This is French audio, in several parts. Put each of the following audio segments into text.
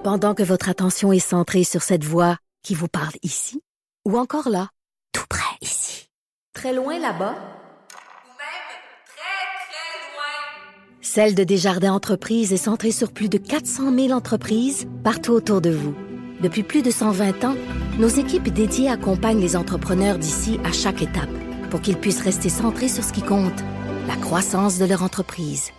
Pendant que votre attention est centrée sur cette voix qui vous parle ici, ou encore là, tout près ici, très loin là-bas, ou même très, très loin. Celle de Desjardins Entreprises est centrée sur plus de 400 000 entreprises partout autour de vous. Depuis plus de 120 ans, nos équipes dédiées accompagnent les entrepreneurs d'ici à chaque étape pour qu'ils puissent rester centrés sur ce qui compte, la croissance de leur entreprise.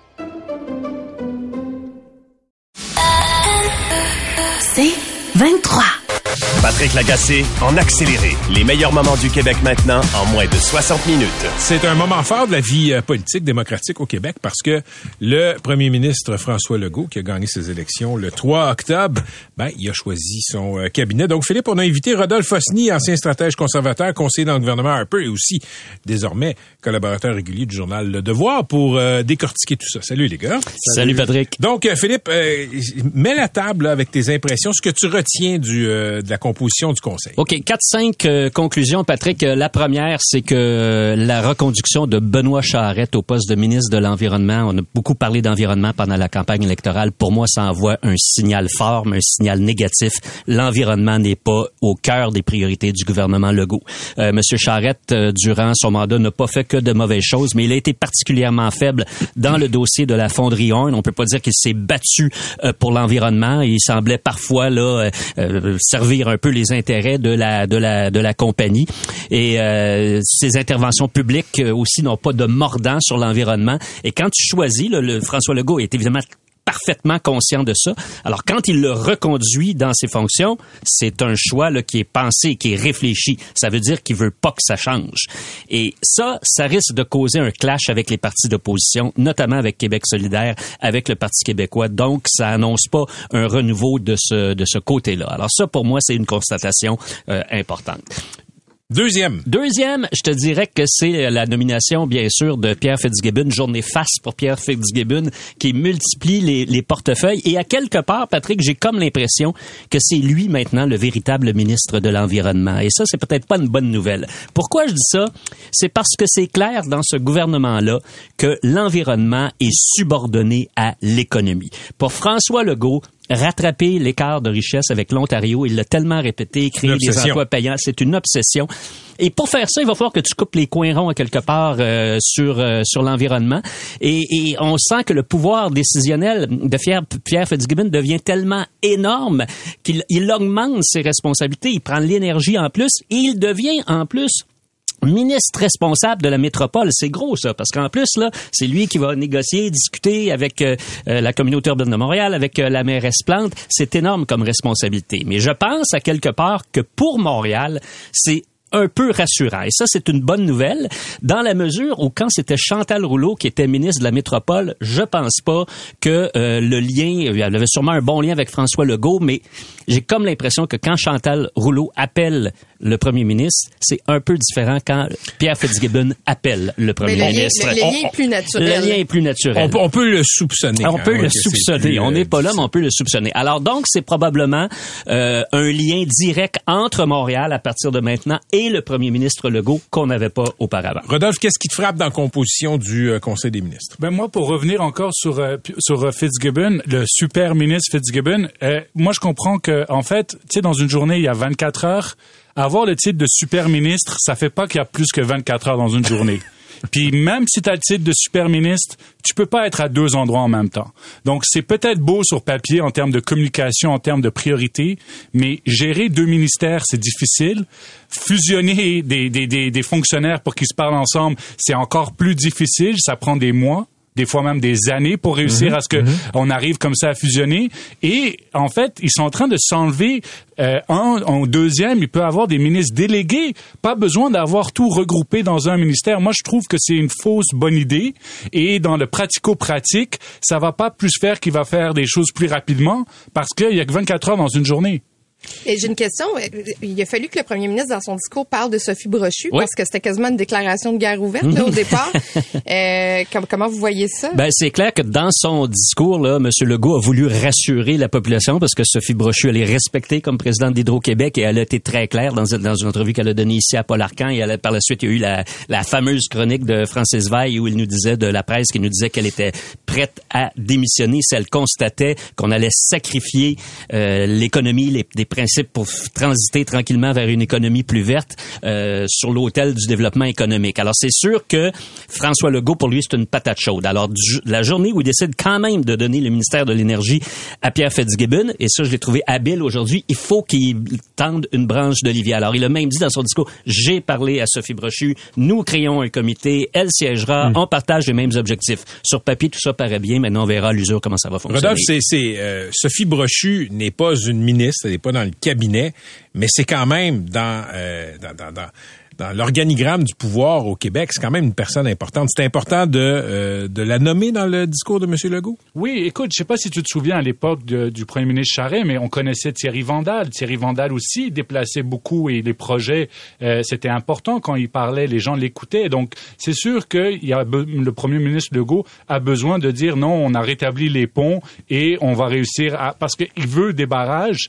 C'est 23. Patrick Lagacé en accéléré. Les meilleurs moments du Québec maintenant en moins de 60 minutes. C'est un moment fort de la vie politique démocratique au Québec parce que le premier ministre François Legault, qui a gagné ses élections le 3 octobre, il a choisi son cabinet. Donc, Philippe, on a invité Rodolphe Osny, ancien stratège conservateur, conseiller dans le gouvernement Harper et aussi, désormais, collaborateur régulier du journal Le Devoir pour décortiquer tout ça. Salut, les gars. Salut Patrick. Donc, Philippe, mets la table là, avec tes impressions, ce que tu retiens de la composition du Conseil. OK, 4-5 conclusions, Patrick. La première, c'est que la reconduction de Benoît Charette au poste de ministre de l'Environnement, on a beaucoup parlé d'environnement pendant la campagne électorale. Pour moi, ça envoie un signal fort, mais un signal négatif. L'environnement n'est pas au cœur des priorités du gouvernement Legault. Monsieur Charette, durant son mandat, n'a pas fait que de mauvaises choses, mais il a été particulièrement faible dans le dossier de la fonderie Horn. On peut pas dire qu'il s'est battu pour l'environnement. Il semblait parfois là servir un peu les intérêts de la compagnie. Et ces interventions publiques aussi n'ont pas de mordant sur l'environnement. Et quand tu choisis, le François Legault est évidemment parfaitement conscient de ça. Alors, quand il le reconduit dans ses fonctions, c'est un choix là, qui est pensé, qui est réfléchi. Ça veut dire qu'il veut pas que ça change. Et ça risque de causer un clash avec les partis d'opposition, notamment avec Québec solidaire, avec le Parti québécois. Donc, ça annonce pas un renouveau de ce côté-là. Alors ça, pour moi, c'est une constatation importante. Deuxième, je te dirais que c'est la nomination, bien sûr, de Pierre Fitzgibbon, journée face pour Pierre Fitzgibbon, qui multiplie les portefeuilles. Et à quelque part, Patrick, j'ai comme l'impression que c'est lui maintenant le véritable ministre de l'Environnement. Et ça, c'est peut-être pas une bonne nouvelle. Pourquoi je dis ça? C'est parce que c'est clair dans ce gouvernement-là que l'environnement est subordonné à l'économie. Pour François Legault, rattraper l'écart de richesse avec l'Ontario, il l'a tellement répété, créer des emplois payants, c'est une obsession. Et pour faire ça, il va falloir que tu coupes les coins ronds à quelque part sur l'environnement. Et on sent que le pouvoir décisionnel de Pierre Fitzgibbon devient tellement énorme qu'il augmente ses responsabilités, il prend l'énergie en plus et il devient en plus ministre responsable de la métropole. C'est gros, ça, parce qu'en plus, là, c'est lui qui va négocier, discuter avec la communauté urbaine de Montréal, avec la mairesse Plante. C'est énorme comme responsabilité. Mais je pense, à quelque part, que pour Montréal, c'est un peu rassurant. Et ça, c'est une bonne nouvelle, dans la mesure où quand c'était Chantal Rouleau qui était ministre de la métropole, je pense pas que le lien, elle avait sûrement un bon lien avec François Legault, mais j'ai comme l'impression que quand Chantal Rouleau appelle le premier ministre, c'est un peu différent quand Pierre Fitzgibbon appelle le premier ministre. Le lien est plus naturel. Le lien est plus naturel. On peut le soupçonner. On peut le soupçonner. On n'est pas là, mais on peut le soupçonner. Alors donc, c'est probablement un lien direct entre Montréal à partir de maintenant et le premier ministre Legault qu'on n'avait pas auparavant. Rodolphe, qu'est-ce qui te frappe dans la composition du Conseil des ministres? Moi, pour revenir encore sur Fitzgibbon, le super ministre Fitzgibbon, moi, je comprends que, en fait, tu sais, dans une journée, il y a 24 heures, avoir le titre de super ministre, ça fait pas qu'il y a plus que 24 heures dans une journée. Puis même si tu as le titre de super ministre, tu peux pas être à deux endroits en même temps. Donc c'est peut-être beau sur papier en termes de communication, en termes de priorité, mais gérer deux ministères, c'est difficile. Fusionner des fonctionnaires pour qu'ils se parlent ensemble, c'est encore plus difficile, ça prend des mois. Des fois même des années pour réussir à ce que on arrive comme ça à fusionner. Et en fait, ils sont en train de s'enlever en deuxième. Il peut avoir des ministres délégués. Pas besoin d'avoir tout regroupé dans un ministère. Moi, je trouve que c'est une fausse bonne idée. Et dans le pratico-pratique, ça va pas plus faire qu'il va faire des choses plus rapidement parce qu'il y a que 24 heures dans une journée. Et j'ai une question. Il a fallu que le premier ministre, dans son discours, parle de Sophie Brochu, parce que c'était quasiment une déclaration de guerre ouverte là, au départ. Comment vous voyez ça? Ben, c'est clair que dans son discours, là, M. Legault a voulu rassurer la population parce que Sophie Brochu, elle est respectée comme présidente d'Hydro-Québec et elle a été très claire dans une entrevue qu'elle a donnée ici à Paul Arcan. Et par la suite, il y a eu la fameuse chronique de Francis Veil où il nous disait, de la presse, qui nous disait qu'elle était prête à démissionner si elle constatait qu'on allait sacrifier l'économie, des principes pour transiter tranquillement vers une économie plus verte sur l'autel du développement économique. Alors, c'est sûr que François Legault, pour lui, c'est une patate chaude. Alors, la journée où il décide quand même de donner le ministère de l'Énergie à Pierre Fitzgibbon, et ça, je l'ai trouvé habile aujourd'hui, il faut qu'il tende une branche d'olivier. Alors, il a même dit dans son discours, j'ai parlé à Sophie Brochu, nous créons un comité, elle siégera, on partage les mêmes objectifs. Sur papier, tout ça paraît bien, maintenant on verra à l'usure comment ça va fonctionner. Rodolphe, Sophie Brochu n'est pas une ministre, elle n'est pas dans le cabinet, mais c'est quand même dans l'organigramme du pouvoir au Québec, c'est quand même une personne importante. C'est important de la nommer dans le discours de M. Legault? Oui, écoute, je sais pas si tu te souviens à l'époque du premier ministre Charest, mais on connaissait Thierry Vandal. Thierry Vandal aussi déplaçait beaucoup et les projets, c'était important quand il parlait, les gens l'écoutaient. Donc, c'est sûr que le premier ministre Legault a besoin de dire non, on a rétabli les ponts et on va réussir parce qu'il veut des barrages.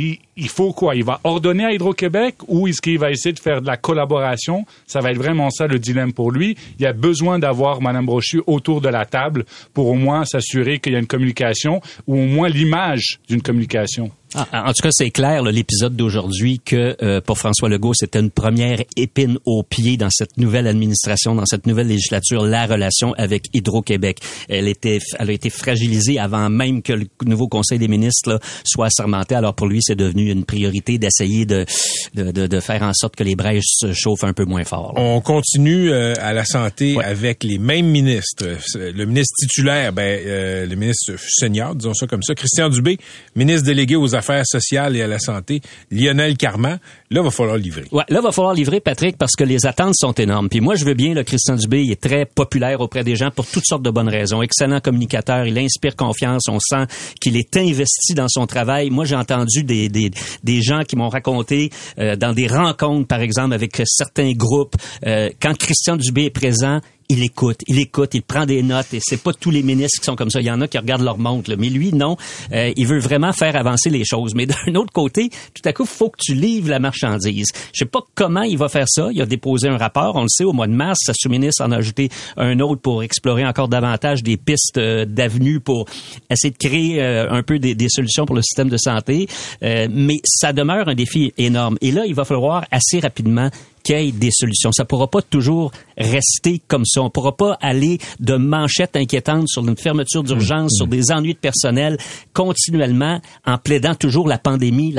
Il faut quoi? Il va ordonner à Hydro-Québec ou est-ce qu'il va essayer de faire de la collaboration? Ça va être vraiment ça le dilemme pour lui. Il y a besoin d'avoir Mme Brochu autour de la table pour au moins s'assurer qu'il y a une communication ou au moins l'image d'une communication. En tout cas, c'est clair, là, l'épisode d'aujourd'hui, que pour François Legault, c'était une première épine au pied dans cette nouvelle administration, dans cette nouvelle législature, la relation avec Hydro-Québec. Elle a été fragilisée avant même que le nouveau Conseil des ministres là, soit assermenté. Alors pour lui, c'est devenu une priorité d'essayer de faire en sorte que les braises se chauffent un peu moins fort. Là. On continue à la santé avec les mêmes ministres. Le ministre titulaire, le ministre senior, disons ça comme ça, Christian Dubé, ministre délégué aux Affaires sociales et à la santé, Lionel Carman. Là, va falloir livrer. Ouais, là, va falloir livrer, Patrick, parce que les attentes sont énormes. Puis moi, je veux bien, le Christian Dubé, il est très populaire auprès des gens pour toutes sortes de bonnes raisons. Excellent communicateur, il inspire confiance, on sent qu'il est investi dans son travail. Moi, j'ai entendu des gens qui m'ont raconté dans des rencontres, par exemple, avec certains groupes, quand Christian Dubé est présent, il écoute, il prend des notes et c'est pas tous les ministres qui sont comme ça. Il y en a qui regardent leur montre, là. Mais lui, non. Il veut vraiment faire avancer les choses. Mais d'un autre côté, tout à coup, il faut que tu livres la marchandise. Je sais pas comment il va faire ça. Il a déposé un rapport. On le sait, au mois de mars, sa sous-ministre en a ajouté un autre pour explorer encore davantage des pistes d'avenue pour essayer de créer un peu des solutions pour le système de santé. Mais ça demeure un défi énorme. Et là, il va falloir assez rapidement qu'il y ait des solutions. Ça pourra pas toujours rester comme ça. On pourra pas aller de manchettes inquiétantes sur une fermeture d'urgence, sur des ennuis de personnel continuellement en plaidant toujours la pandémie.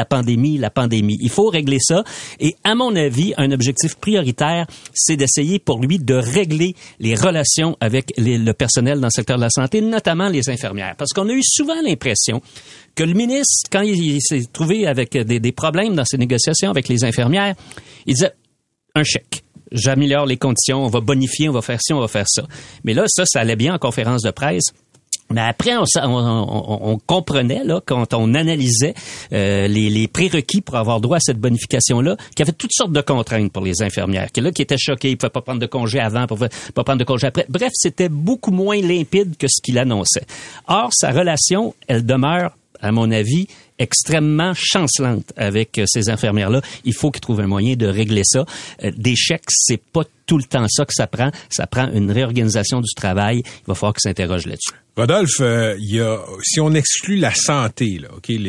Il faut régler ça. Et à mon avis, un objectif prioritaire, c'est d'essayer pour lui de régler les relations avec le personnel dans le secteur de la santé, notamment les infirmières. Parce qu'on a eu souvent l'impression que le ministre, quand il s'est trouvé avec des problèmes dans ses négociations avec les infirmières, il disait un chèque. J'améliore les conditions, on va bonifier, on va faire ci, on va faire ça. Mais là, ça allait bien en conférence de presse. Mais après, on comprenait, là, quand on analysait les prérequis pour avoir droit à cette bonification-là, qu'il y avait toutes sortes de contraintes pour les infirmières, qui étaient choquées, ils ne pouvaient pas prendre de congé avant, ils ne pouvaient pas prendre de congé après. Bref, c'était beaucoup moins limpide que ce qu'il annonçait. Or, sa relation, elle demeure, à mon avis, extrêmement chancelante avec ces infirmières-là. Il faut qu'ils trouvent un moyen de régler ça. Des chèques, c'est pas tout le temps ça que ça prend. Ça prend une réorganisation du travail. Il va falloir qu'ils s'interrogent là-dessus. Rodolphe, si on exclut la santé, là,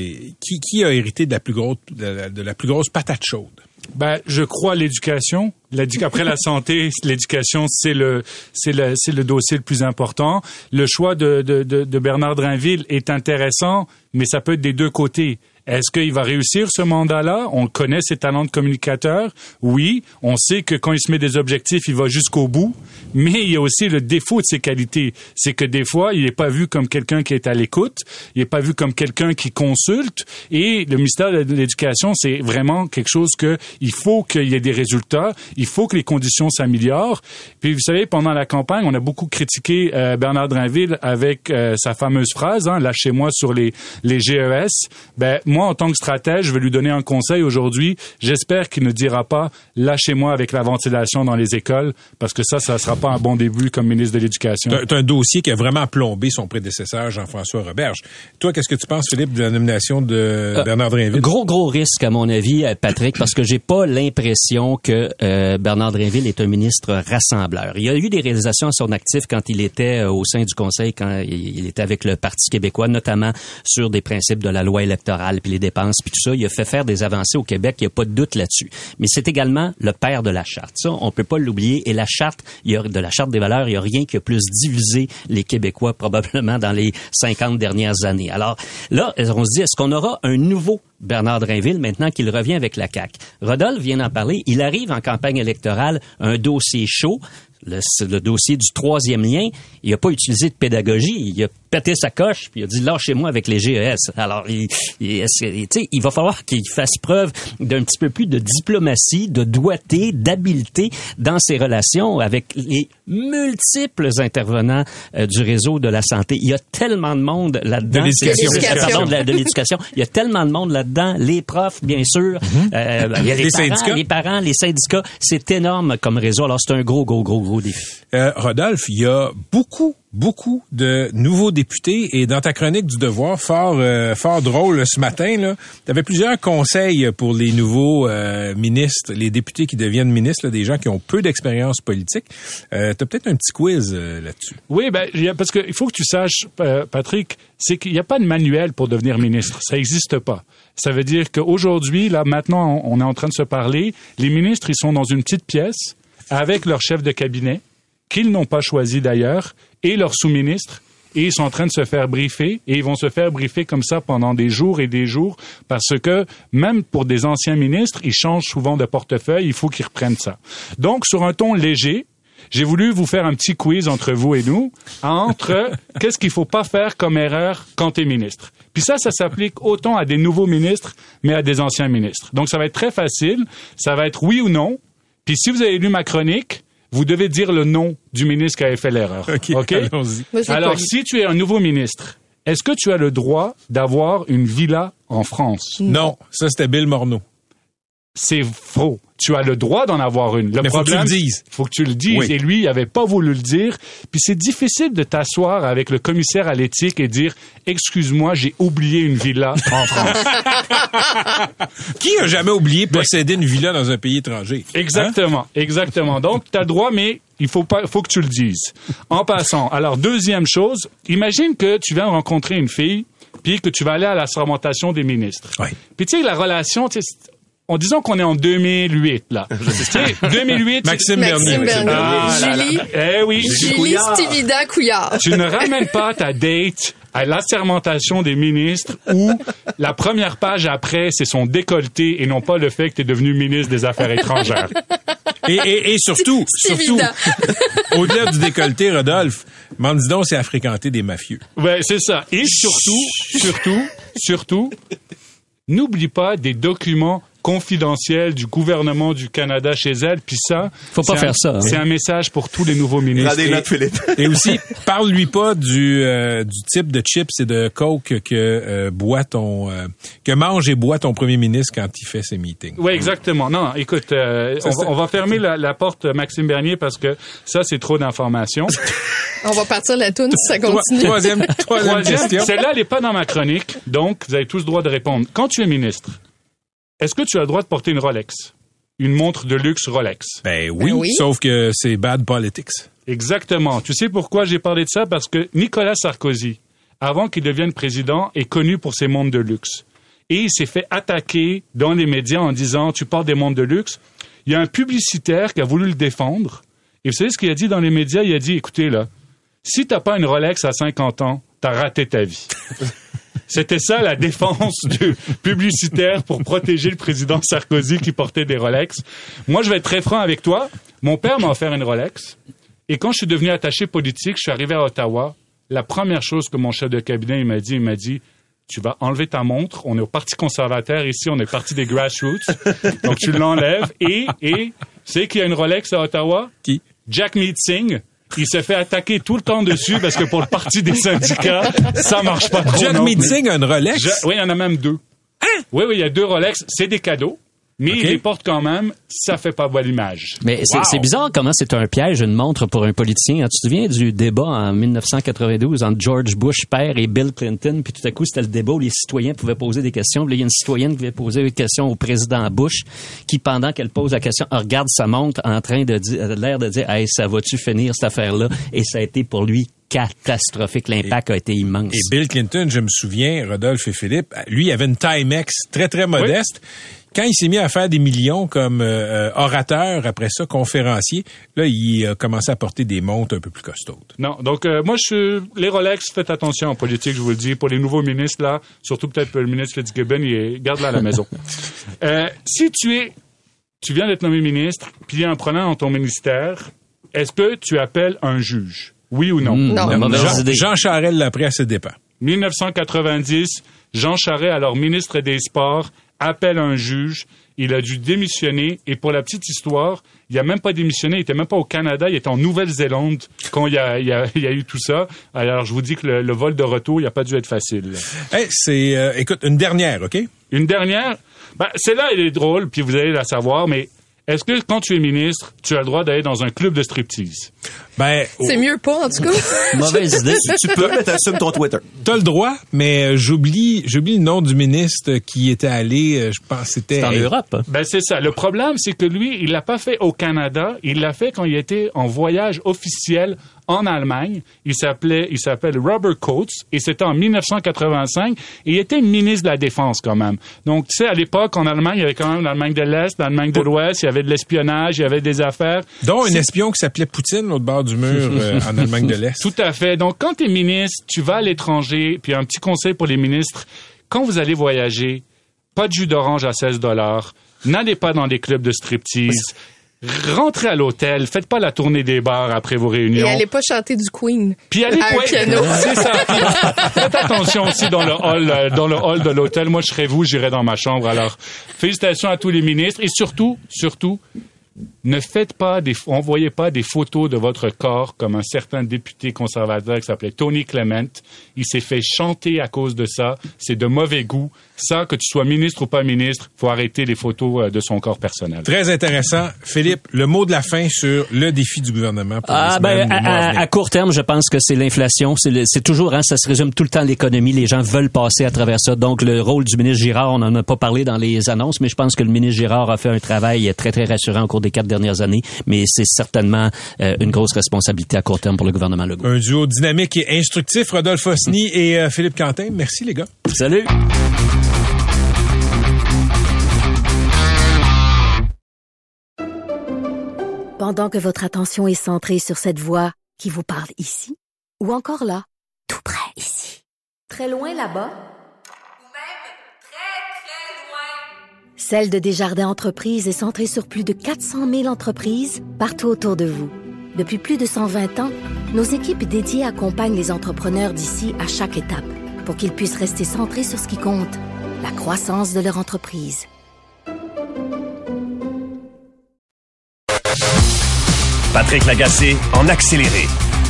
qui a hérité de la plus grosse patate chaude? Je crois l'éducation. Après la santé, l'éducation, c'est le dossier le plus important. Le choix de Bernard Drinville est intéressant, mais ça peut être des deux côtés. Est-ce qu'il va réussir ce mandat-là? On connaît ses talents de communicateur. Oui, on sait que quand il se met des objectifs, il va jusqu'au bout. Mais il y a aussi le défaut de ses qualités. C'est que des fois, il n'est pas vu comme quelqu'un qui est à l'écoute. Il n'est pas vu comme quelqu'un qui consulte. Et le ministère de l'Éducation, c'est vraiment quelque chose il faut qu'il y ait des résultats. Il faut que les conditions s'améliorent. Puis, vous savez, pendant la campagne, on a beaucoup critiqué Bernard Drinville avec sa fameuse phrase, lâchez-moi sur les GES. Moi, moi, en tant que stratège, je vais lui donner un conseil aujourd'hui. J'espère qu'il ne dira pas « lâchez-moi avec la ventilation dans les écoles », parce que ça sera pas un bon début comme ministre de l'Éducation. T'as un dossier qui a vraiment plombé son prédécesseur, Jean-François Roberge. Toi, qu'est-ce que tu penses, Philippe, de la nomination de Bernard Drinville? Gros risque, à mon avis, Patrick, parce que j'ai pas l'impression que Bernard Drinville est un ministre rassembleur. Il y a eu des réalisations à son actif quand il était au sein du Conseil, quand il était avec le Parti québécois, notamment sur des principes de la loi électorale, puis les dépenses, puis tout ça. Il a fait faire des avancées au Québec, il n'y a pas de doute là-dessus. Mais c'est également le père de la Charte. Ça, on peut pas l'oublier. Et la Charte, de la Charte des valeurs, il n'y a rien qui a plus divisé les Québécois probablement dans les 50 dernières années. Alors là, on se dit, est-ce qu'on aura un nouveau Bernard Drinville maintenant qu'il revient avec la CAQ? Rodolphe vient d'en parler. Il arrive en campagne électorale, un dossier chaud. Le dossier du troisième lien, il n'a pas utilisé de pédagogie, il a pété sa coche, puis il a dit « lâchez-moi avec les GES ». Alors, il va falloir qu'il fasse preuve d'un petit peu plus de diplomatie, de doigté, d'habileté dans ses relations avec les multiples intervenants du réseau de la santé. Il y a tellement de monde là-dedans. De l'éducation. De l'éducation. Il y a tellement de monde là-dedans. Les profs, bien sûr. Il y a les parents, les syndicats. C'est énorme comme réseau. Alors, c'est un gros défi. Rodolphe, il y a beaucoup de nouveaux députés et dans ta chronique du Devoir, fort drôle ce matin, tu avais plusieurs conseils pour les nouveaux ministres, les députés qui deviennent ministres, là, des gens qui ont peu d'expérience politique. T'as peut-être un petit quiz là-dessus. Oui, parce que il faut que tu saches, Patrick, c'est qu'il n'y a pas de manuel pour devenir ministre. Ça n'existe pas. Ça veut dire qu'aujourd'hui, là, maintenant, on est en train de se parler. Les ministres, ils sont dans une petite pièce avec leur chef de cabinet, qu'ils n'ont pas choisi d'ailleurs, et leurs sous-ministres, et ils sont en train de se faire briefer, et ils vont se faire briefer comme ça pendant des jours et des jours, parce que même pour des anciens ministres, ils changent souvent de portefeuille, il faut qu'ils reprennent ça. Donc, sur un ton léger, j'ai voulu vous faire un petit quiz entre vous et nous, entre qu'est-ce qu'il faut pas faire comme erreur quand t'es ministre. Puis ça s'applique autant à des nouveaux ministres, mais à des anciens ministres. Donc, ça va être très facile, ça va être oui ou non. Puis si vous avez lu ma chronique, vous devez dire le nom du ministre qui avait fait l'erreur. OK? Allons-y. Alors, si tu es un nouveau ministre, est-ce que tu as le droit d'avoir une villa en France? Non, ça c'était Bill Morneau. C'est faux. Tu as le droit d'en avoir une. Mais faut que tu le dises. Faut que tu le dises. Oui. Et lui, il avait pas voulu le dire. Puis c'est difficile de t'asseoir avec le commissaire à l'éthique et dire « Excuse-moi, j'ai oublié une villa en France. » Qui a jamais oublié posséder une villa dans un pays étranger? Exactement, exactement. Donc, tu as le droit, mais il faut que tu le dises. En passant, alors, deuxième chose, imagine que tu viens de rencontrer une fille, puis que tu vas aller à la sermentation des ministres. Oui. Puis tu sais, la relation, en disant qu'on est en 2008, là. 2008. Maxime Bernier. Julie. Eh oui. Julie Stivida Couillard. Tu ne ramènes pas ta date à l'assermentation des ministres où la première page après, c'est son décolleté et non pas le fait que tu es devenu ministre des Affaires étrangères. Et surtout, au-delà du décolleté, Rodolphe, Mandidon, c'est à fréquenter des mafieux. Ouais, c'est ça. Et surtout, n'oublie pas des documents confidentiels du gouvernement du Canada chez elle, puis ça... Faut pas faire ça. C'est un message pour tous les nouveaux ministres. Et aussi, parle-lui pas du type de chips et de coke que mange et boit ton premier ministre quand il fait ses meetings. Oui, exactement. Non, écoute, on va fermer la porte, Maxime Bernier, parce que ça, c'est trop d'informations. On va partir la toune si ça continue. Troisième question. Celle-là, elle n'est pas dans ma chronique, donc vous avez tous le droit de répondre. Quand tu es ministre, est-ce que tu as le droit de porter une Rolex? Une montre de luxe Rolex? Ben oui, sauf que c'est bad politics. Exactement. Tu sais pourquoi j'ai parlé de ça? Parce que Nicolas Sarkozy, avant qu'il devienne président, est connu pour ses montres de luxe. Et il s'est fait attaquer dans les médias en disant « Tu portes des montres de luxe ». Il y a un publicitaire qui a voulu le défendre. Et vous savez ce qu'il a dit dans les médias? Il a dit « Écoutez, là, si t'as pas une Rolex à 50 ans, t'as raté ta vie. » C'était ça la défense du publicitaire pour protéger le président Sarkozy qui portait des Rolex. Moi, je vais être très franc avec toi. Mon père m'a offert une Rolex. Et quand je suis devenu attaché politique, je suis arrivé à Ottawa. La première chose que mon chef de cabinet il m'a dit, tu vas enlever ta montre. On est au Parti conservateur ici, on est parti des grassroots. Donc tu l'enlèves. Et c'est qu'il y a une Rolex à Ottawa? Qui? Jagmeet Singh. Il s'est fait attaquer tout le temps dessus parce que pour le parti des syndicats, ça marche pas trop. Jagmeet Singh a une Rolex? Oui, il y en a même deux. Hein? Oui, il y a 2 Rolex. C'est des cadeaux. Mais il les porte quand même, ça fait pas bonne image. Mais c'est bizarre comment c'est un piège, une montre pour un politicien. Tu te souviens du débat en 1992 entre George Bush père et Bill Clinton, puis tout à coup, c'était le débat où les citoyens pouvaient poser des questions. Puis là, il y a une citoyenne qui voulait poser une question au président Bush, qui, pendant qu'elle pose la question, regarde sa montre en train de dire, l'air de dire, hey, ça va-tu finir cette affaire-là? Et ça a été pour lui catastrophique. L'impact a été immense. Et Bill Clinton, je me souviens, Rodolphe et Philippe, lui, il avait une Timex très, très modeste. Oui. Quand il s'est mis à faire des millions comme orateur, après ça, conférencier, là, il a commencé à porter des montres un peu plus costaudes. Non, donc moi, les Rolex, faites attention en politique, je vous le dis. Pour les nouveaux ministres, là, surtout peut-être pour le ministre Fitzgibbon, garde-la à la maison. Si tu viens d'être nommé ministre, puis il y a un problème dans ton ministère, est-ce que tu appelles un juge? Oui ou non? Non. Jean Charest l'a pris à ses dépens. 1990, Jean Charest, alors ministre des Sports, appelle un juge. Il a dû démissionner. Et pour la petite histoire, il n'a même pas démissionné. Il était même pas au Canada. Il était en Nouvelle-Zélande quand il y a eu tout ça. Alors, je vous dis que le vol de retour, il n'a pas dû être facile. Hey, écoute, une dernière, OK? Une dernière? Celle-là, elle est drôle, puis vous allez la savoir, mais est-ce que quand tu es ministre, tu as le droit d'aller dans un club de striptease? C'est mieux pas, en tout cas. Mauvaise idée. Tu peux, mais t'assumes ton Twitter. T'as le droit, mais j'oublie le nom du ministre qui était allé, je pense c'était... C'est en Europe. C'est ça. Le problème, c'est que lui, il l'a pas fait au Canada. Il l'a fait quand il était en voyage officiel en Allemagne. Il s'appelle Robert Coates, et c'était en 1985, et il était ministre de la Défense quand même. Donc, tu sais, à l'époque, en Allemagne, il y avait quand même l'Allemagne de l'Est, l'Allemagne de l'Ouest, il y avait de l'espionnage, il y avait des affaires. Dont un espion qui s'appelait Poutine, l'autre bord du mur, en Allemagne de l'Est. Tout à fait. Donc, quand tu es ministre, tu vas à l'étranger, puis un petit conseil pour les ministres, quand vous allez voyager, pas de jus d'orange à $16, n'allez pas dans des clubs de striptease, rentrez à l'hôtel, faites pas la tournée des bars après vos réunions. Et allez pas chanter du Queen. Puis allez piano. C'est ça. Faites attention aussi dans le hall de l'hôtel. Moi, je serais vous, j'irais dans ma chambre. Alors, félicitations à tous les ministres et surtout, envoyez pas des photos de votre corps comme un certain député conservateur qui s'appelait Tony Clement. Il s'est fait chanter à cause de ça. C'est de mauvais goût. Ça, que tu sois ministre ou pas ministre, faut arrêter les photos de son corps personnel. Très intéressant. Philippe, le mot de la fin sur le défi du gouvernement pour les semaines, à court terme, je pense que c'est l'inflation. C'est toujours, ça se résume tout le temps à l'économie. Les gens veulent passer à travers ça. Donc, le rôle du ministre Girard, on n'en a pas parlé dans les annonces, mais je pense que le ministre Girard a fait un travail très, très rassurant au cours des 4 dernières années. Mais c'est certainement une grosse responsabilité à court terme pour le gouvernement Legault. Un duo dynamique et instructif, Rodolphe Osny et Philippe Quentin. Merci, les gars. Salut! Pendant que votre attention est centrée sur cette voix qui vous parle ici, ou encore là, tout près ici, très loin là-bas, ou même très, très loin. Celle de Desjardins Entreprises est centrée sur plus de 400 000 entreprises partout autour de vous. Depuis plus de 120 ans, nos équipes dédiées accompagnent les entrepreneurs d'ici à chaque étape pour qu'ils puissent rester centrés sur ce qui compte, la croissance de leur entreprise. Patrick Lagacé en accéléré.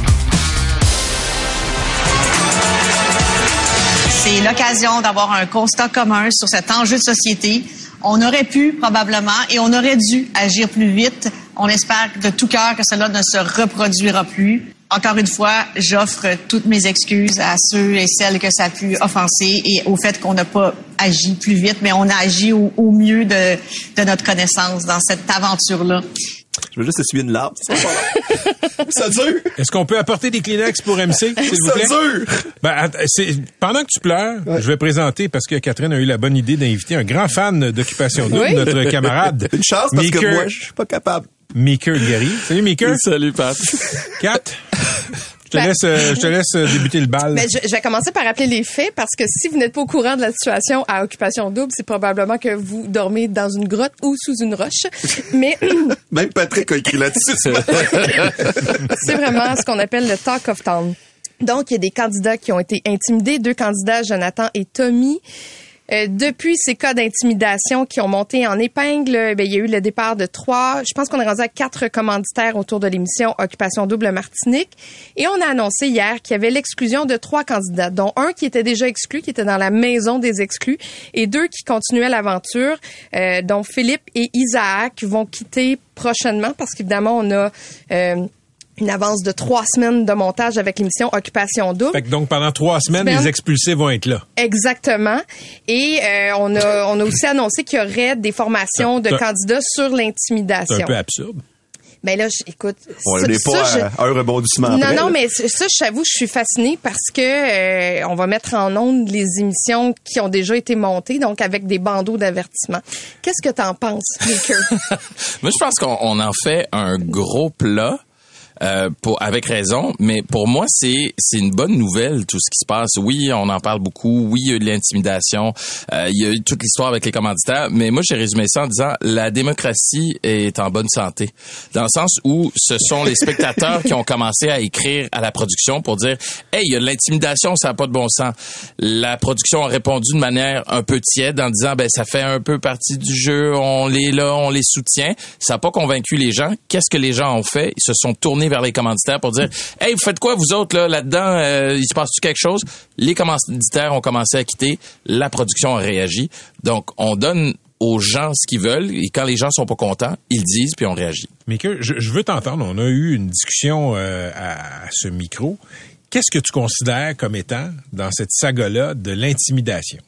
C'est l'occasion d'avoir un constat commun sur cet enjeu de société. On aurait pu, probablement, et on aurait dû agir plus vite. On espère de tout cœur que cela ne se reproduira plus. Encore une fois, j'offre toutes mes excuses à ceux et celles que ça a pu offenser et au fait qu'on n'a pas agi plus vite, mais on a agi au mieux de notre connaissance dans cette aventure-là. Je veux juste essuyer une larme. Ça dure. Est-ce qu'on peut apporter des Kleenex pour MC, s'il vous plaît? Ça dure. Pendant que tu pleures, je vais présenter, parce que Catherine a eu la bonne idée d'inviter un grand fan d'Occupation Double, notre camarade. Une chance, parce que moi, je suis pas capable. Meeker Gary. Salut, Meeker. Salut, Pat. Kat. Je te laisse débuter le bal. Je vais commencer par rappeler les faits parce que si vous n'êtes pas au courant de la situation à Occupation Double, c'est probablement que vous dormez dans une grotte ou sous une roche. Mais même Patrick a écrit là-dessus. C'est vraiment ce qu'on appelle le Talk of Town. Donc, il y a des candidats qui ont été intimidés, 2 candidats, Jonathan et Tommy. Depuis ces cas d'intimidation qui ont monté en épingle, il y a eu le départ de 3, je pense qu'on est rendu à 4 commanditaires autour de l'émission Occupation Double Martinique. Et on a annoncé hier qu'il y avait l'exclusion de 3 candidats, dont un qui était déjà exclu, qui était dans la maison des exclus, et 2 qui continuaient l'aventure, dont Philippe et Isaac vont quitter prochainement parce qu'évidemment, on a... une avance de 3 semaines de montage avec l'émission Occupation Double. Fait que donc, pendant 3 semaines, les expulsés vont être là. Exactement. Et on a aussi annoncé qu'il y aurait des formations de candidats sur l'intimidation. C'est un peu absurde. Ben là, écoute... On n'est pas à un rebondissement après. Non, mais ça, j'avoue, je suis fascinée parce que on va mettre en ondes les émissions qui ont déjà été montées, donc avec des bandeaux d'avertissement. Qu'est-ce que t'en penses, Maker? Moi, je pense qu'on en fait un gros plat. Avec raison, mais pour moi, c'est une bonne nouvelle, tout ce qui se passe. Oui, on en parle beaucoup. Oui, il y a eu de l'intimidation. Il y a eu toute l'histoire avec les commanditaires. Mais moi, j'ai résumé ça en disant la démocratie est en bonne santé. Dans le sens où ce sont les spectateurs qui ont commencé à écrire à la production pour dire « Hey, il y a de l'intimidation, ça n'a pas de bon sens. » La production a répondu de manière un peu tiède en disant « Ben, ça fait un peu partie du jeu, on les là, on les soutient. » Ça n'a pas convaincu les gens. Qu'est-ce que les gens ont fait? Ils se sont tournés vers les commanditaires pour dire « Hey, vous faites quoi, vous autres, là-dedans? Il se passe-tu quelque chose? » Les commanditaires ont commencé à quitter. La production a réagi. Donc, on donne aux gens ce qu'ils veulent et quand les gens sont pas contents, ils disent puis on réagit. Mais que je veux t'entendre. On a eu une discussion à ce micro. Qu'est-ce que tu considères comme étant, dans cette saga-là, de l'intimidation?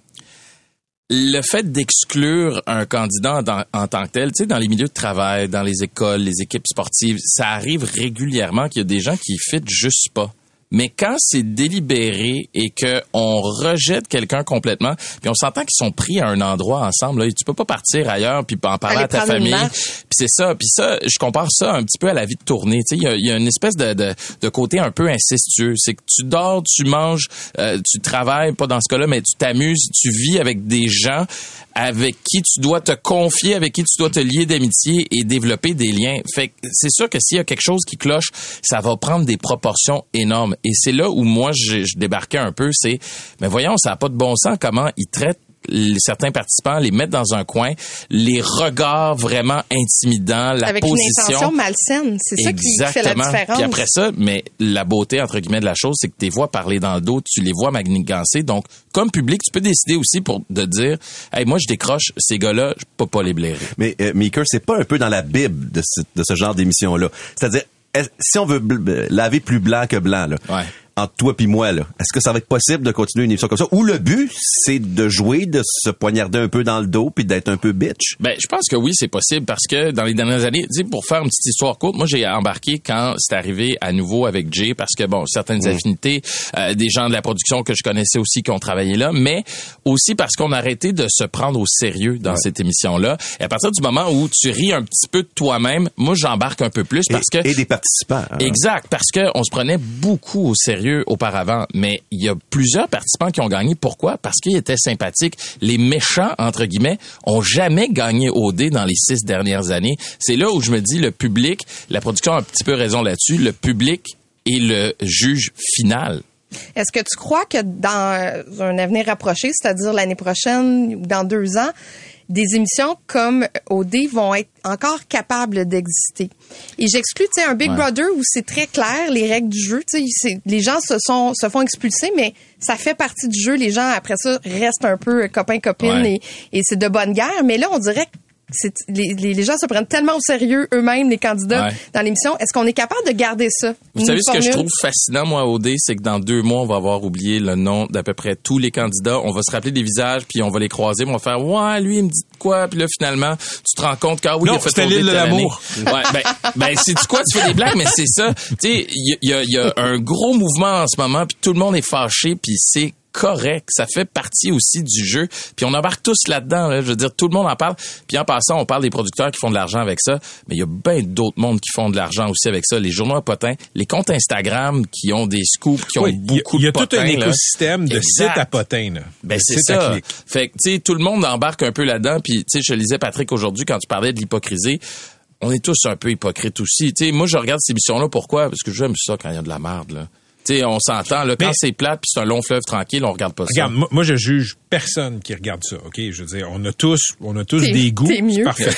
Le fait d'exclure un candidat en tant que tel, tu sais, dans les milieux de travail, dans les écoles, les équipes sportives, ça arrive régulièrement qu'il y a des gens qui fitent juste pas. Mais quand c'est délibéré et que on rejette quelqu'un complètement, puis on s'entend qu'ils sont pris à un endroit ensemble, là, tu peux pas partir ailleurs puis en parler à ta famille. Puis c'est ça. Puis ça, je compare ça un petit peu à la vie de tournée. Tu sais, il y a une espèce de côté un peu incestueux. C'est que tu dors, tu manges, tu travailles, pas dans ce cas-là, mais tu t'amuses, tu vis avec des gens avec qui tu dois te confier, avec qui tu dois te lier d'amitié et développer des liens. Fait que c'est sûr que s'il y a quelque chose qui cloche, ça va prendre des proportions énormes. Et c'est là où moi, je débarquais un peu, c'est, mais voyons, ça n'a pas de bon sens comment ils traitent certains participants, les mettent dans un coin, les regards vraiment intimidants, la avec position. Avec une intention malsaine, c'est ça qui fait la différence. Puis après ça, mais la beauté, entre guillemets, de la chose, c'est que tu les vois parler dans le dos, tu les vois manigancer. Donc, comme public, tu peux décider aussi de dire, hey, moi, je décroche, ces gars-là, je peux pas les blairer. Mais, Meeker, c'est pas un peu dans la Bible de ce genre d'émission-là. C'est-à-dire, si on veut laver plus blanc que blanc, là. Ouais. Entre toi puis moi, là, est-ce que ça va être possible de continuer une émission comme ça? Ou le but, c'est de jouer, de se poignarder un peu dans le dos puis d'être un peu bitch? Ben, je pense que oui, c'est possible parce que dans les dernières années, tu sais, pour faire une petite histoire courte, moi, j'ai embarqué quand c'est arrivé à nouveau avec Jay parce que, bon, certaines affinités, des gens de la production que je connaissais aussi qui ont travaillé là, mais aussi parce qu'on a arrêté de se prendre au sérieux dans cette émission-là. Et à partir du moment où tu ris un petit peu de toi-même, moi, j'embarque un peu plus parce que... Et des participants. Hein? Exact, parce que on se prenait beaucoup au sérieux auparavant, mais il y a plusieurs participants qui ont gagné. Pourquoi? Parce qu'ils étaient sympathiques. Les méchants, entre guillemets, ont jamais gagné au dé dans les 6 dernières années. C'est là où je me dis, le public, la production a un petit peu raison là-dessus, le public est le juge final. Est-ce que tu crois que dans un avenir rapproché, c'est-à-dire l'année prochaine ou dans 2 ans, des émissions comme OD vont être encore capables d'exister? Et j'exclus, tu sais, un Big Brother où c'est très clair, les règles du jeu, tu sais, les gens se font expulser, mais ça fait partie du jeu. Les gens, après ça, restent un peu copains-copines et c'est de bonne guerre. Mais là, on dirait que les gens se prennent tellement au sérieux eux-mêmes, les candidats, dans l'émission. Est-ce qu'on est capable de garder ça? Vous savez ce que je trouve fascinant, moi, au OD, c'est que dans 2 mois, on va avoir oublié le nom d'à peu près tous les candidats. On va se rappeler des visages, puis on va les croiser, on va faire « Ouais, lui, il me dit quoi? » Puis là, finalement, tu te rends compte que, oui, non, il a fait c'était l'île de l'amour. Ouais, ben, c'est quoi? Tu fais des blagues, mais c'est ça. Tu sais, il y a un gros mouvement en ce moment, puis tout le monde est fâché, puis c'est correct, ça fait partie aussi du jeu. Puis on embarque tous là-dedans, là. Je veux dire, tout le monde en parle. Puis en passant, on parle des producteurs qui font de l'argent avec ça, mais il y a bien d'autres mondes qui font de l'argent aussi avec ça. Les journaux à potins, les comptes Instagram qui ont des scoops, qui ont beaucoup de potins. Il y a tout un écosystème de sites à potins, là. Ben c'est ça. Fait que, tu sais, tout le monde embarque un peu là-dedans. Puis, tu sais, je lisais Patrick aujourd'hui quand tu parlais de l'hypocrisie. On est tous un peu hypocrites aussi. Tu sais, moi, je regarde ces émissions-là. Pourquoi? Parce que j'aime ça quand il y a de la merde, là. Tu sais, on s'entend, là, quand c'est plate puis c'est un long fleuve tranquille, on regarde pas ça. Regarde, moi, je juge personne qui regarde ça, OK? Je veux dire, on a tous des goûts. T'es mieux. Parfait.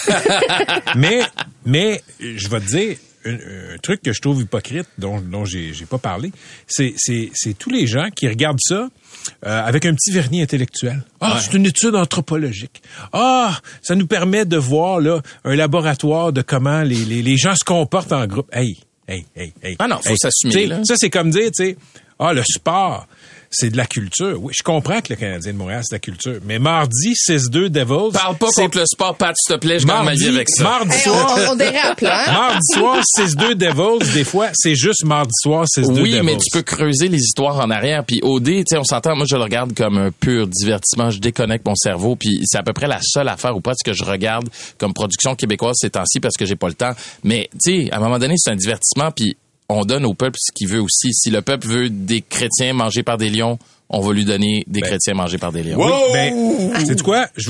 mais, je vais te dire, un truc que je trouve hypocrite, dont j'ai pas parlé, c'est tous les gens qui regardent ça avec un petit vernis intellectuel. C'est une étude anthropologique. Ça nous permet de voir là un laboratoire de comment les gens se comportent en groupe. Hey. Ah non, faut s'assumer. Là. Ça, c'est comme dire, tu sais, le sport, c'est de la culture. Oui, je comprends que le Canadien de Montréal, c'est de la culture. Mais mardi, 6-2 Devils... Parle pas contre le sport, Pat, s'il te plaît, je gagne ma vie avec ça. Mardi soir... On dérape, là. Mardi soir, 6-2 Devils, des fois, c'est juste mardi soir, 6-2 Devils. Oui, mais tu peux creuser les histoires en arrière. Puis OD, tu sais, on s'entend, moi, je le regarde comme un pur divertissement. Je déconnecte mon cerveau. Puis c'est à peu près la seule affaire ou pas ce que je regarde comme production québécoise ces temps-ci parce que j'ai pas le temps. Mais, tu sais, à un moment donné, c'est un divertissement, puis on donne au peuple ce qu'il veut aussi. Si le peuple veut des chrétiens mangés par des lions, on va lui donner des chrétiens mangés par des lions. Oui, sais-tu quoi? Je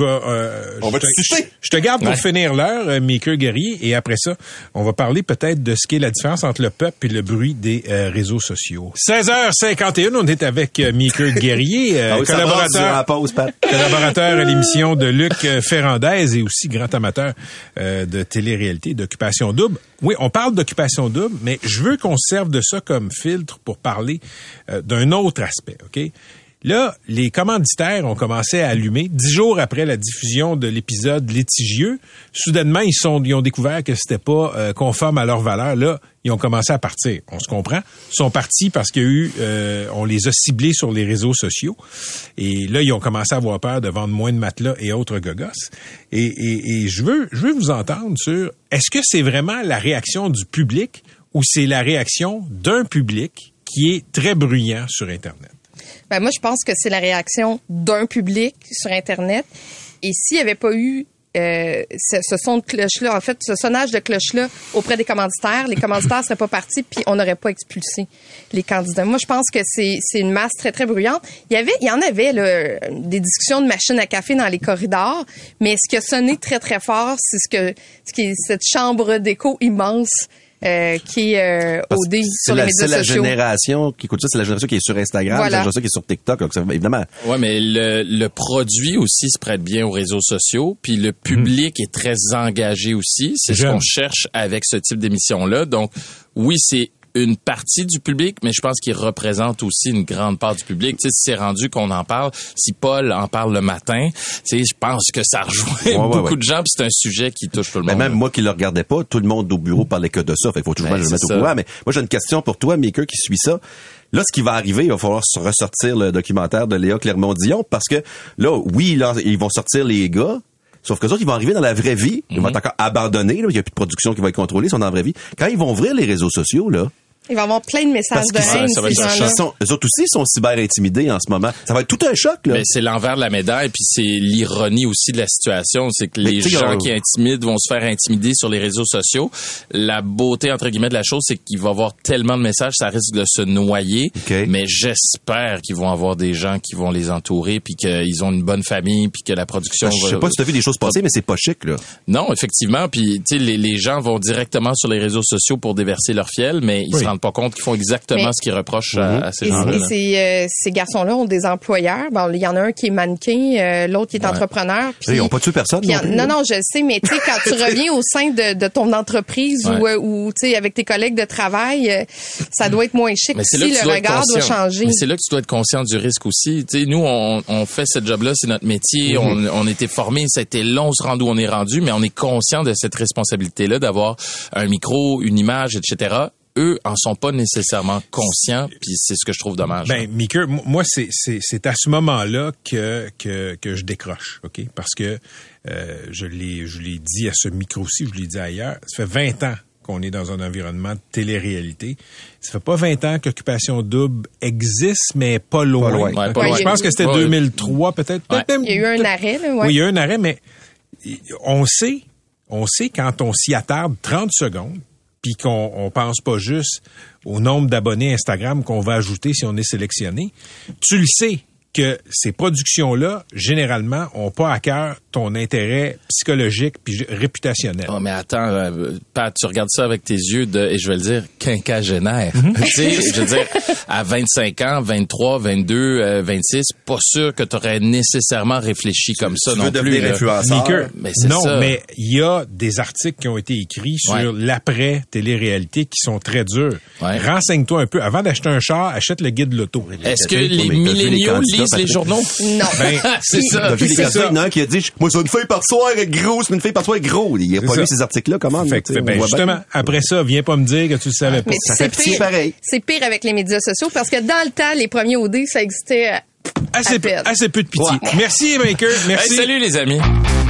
te garde pour finir l'heure, Mickey Guerrier, et après ça, on va parler peut-être de ce qu'est la différence entre le peuple et le bruit des réseaux sociaux. 16h51, on est avec Mickey Guerrier, collaborateur à l'émission de Luc Ferrandez et aussi grand amateur de télé-réalité, d'Occupation Double. Oui, on parle d'Occupation Double, mais je veux qu'on se serve de ça comme filtre pour parler d'un autre aspect, OK? Là, les commanditaires ont commencé à allumer. 10 jours après la diffusion de l'épisode litigieux, soudainement, ils ont découvert que c'était pas conforme à leurs valeurs. Là, ils ont commencé à partir. On se comprend. Ils sont partis parce qu'il y a eu, on les a ciblés sur les réseaux sociaux. Et là, ils ont commencé à avoir peur de vendre moins de matelas et autres gogosses. Et je veux vous entendre sur, est-ce que c'est vraiment la réaction du public ou c'est la réaction d'un public qui est très bruyant sur Internet? Ben moi, je pense que c'est la réaction d'un public sur Internet. Et s'il n'y avait pas eu ce son de cloche-là, en fait, ce sonnage de cloche-là auprès des commanditaires, les commanditaires seraient pas partis puis on n'aurait pas expulsé les candidats. Moi, je pense que c'est une masse très, très bruyante. Il y en avait là, des discussions de machines à café dans les corridors, mais ce qui a sonné très, très fort, c'est ce qui est cette chambre d'écho immense qui est OD sur les médias sociaux. C'est la génération qui écoute ça, c'est la génération qui est sur Instagram, c'est la génération qui est sur TikTok, donc évidemment. Ouais, mais le produit aussi se prête bien aux réseaux sociaux, puis le public est très engagé aussi. C'est ce qu'on cherche avec ce type d'émission-là. Donc, oui, c'est une partie du public, mais je pense qu'il représente aussi une grande part du public. Tu sais, si c'est rendu qu'on en parle, si Paul en parle le matin, tu sais, je pense que ça rejoint beaucoup de gens, puis c'est un sujet qui touche tout le monde. Mais même moi qui le regardais pas, tout le monde au bureau parlait que de ça. Fait qu'il faut toujours le mettre au courant. Mais moi, j'ai une question pour toi, Mickey, qui suit ça. Là, ce qui va arriver, il va falloir ressortir le documentaire de Léa Clermont-Dion, parce que là, oui, là, ils vont sortir les gars. Sauf que ça, ils vont arriver dans la vraie vie. Ils vont être encore abandonnés. Là. Il n'y a plus de production qui va être contrôlée. Ils sont dans la vraie vie. Quand ils vont ouvrir les réseaux sociaux, là, il va y avoir plein de messages de haine, ces gens-là. Eux autres aussi sont cyber-intimidés en ce moment. Ça va être tout un choc, là. Mais c'est l'envers de la médaille, puis c'est l'ironie aussi de la situation. C'est que les gens qui intimident vont se faire intimider sur les réseaux sociaux. La beauté, entre guillemets, de la chose, c'est qu'il va y avoir tellement de messages, ça risque de se noyer. Okay. Mais j'espère qu'ils vont avoir des gens qui vont les entourer, puis qu'ils ont une bonne famille, puis que la production Je sais pas si tu as vu des choses passer, mais c'est pas chic, là. Non, effectivement. Puis, tu sais, les gens vont directement sur les réseaux sociaux pour déverser leur fiel, mais ils se rendent pas compte qu'ils font exactement ce qu'ils reprochent à ces gens-là. Et ces garçons-là ont des employeurs. Bon, il y en a un qui est mannequin, l'autre qui est entrepreneur. Puis, ils n'ont pas tué personne. Non, je le sais, mais tu sais, quand tu reviens au sein de ton entreprise ou tu sais, avec tes collègues de travail, ça doit être moins chic. Si le regard doit changer. Mais c'est là que tu dois être conscient du risque aussi. Tu sais, nous, on fait ce job-là, c'est notre métier. On était formés, ça a été long se rendre où on est rendu, mais on est conscient de cette responsabilité-là d'avoir un micro, une image, etc. Eux en sont pas nécessairement conscients, puis c'est ce que je trouve dommage. Ben, Mickey, moi, c'est à ce moment-là que je décroche, OK? Parce que je l'ai dit à ce micro-ci, je l'ai dit ailleurs, ça fait 20 ans qu'on est dans un environnement de télé-réalité. Ça fait pas 20 ans qu'Occupation Double existe, mais pas loin. Je pense que c'était 2003, peut-être. Il y a eu un arrêt, là, Oui, il y a eu un arrêt, mais on sait quand on s'y attarde 30 secondes, puis qu'on pense pas juste au nombre d'abonnés Instagram qu'on va ajouter si on est sélectionné. Tu le sais que ces productions-là, généralement, ont pas à cœur ton intérêt psychologique puis réputationnel. Oh, mais attends, Pat, tu regardes ça avec tes yeux et je vais le dire, quinquagénaire. Tu sais, je veux dire, à 25 ans, 23, 22, 26, pas sûr que tu aurais nécessairement réfléchi comme ça non plus. Tu veux devenir influenceur? Mais non, ça. Mais il y a des articles qui ont été écrits sur l'après-télé-réalité qui sont très durs. Ouais. Renseigne-toi un peu. Avant d'acheter un char, achète le guide de l'auto. Est-ce que les milléniaux lisent les journaux? Non. Ben, c'est ça. Il y en a un qui a dit, moi, c'est une fille par soir grosse, mais une fille par soir gros. Il a pas lu ces articles-là, comment? Justement, après ça, viens pas me dire que tu le savais pas. Ça fait pitié pareil. C'est pire avec les médias sociaux parce que dans le temps, les premiers OD, ça existait assez peu de pitié. Ouais. Merci, Maker. Merci. Hey, salut, les amis.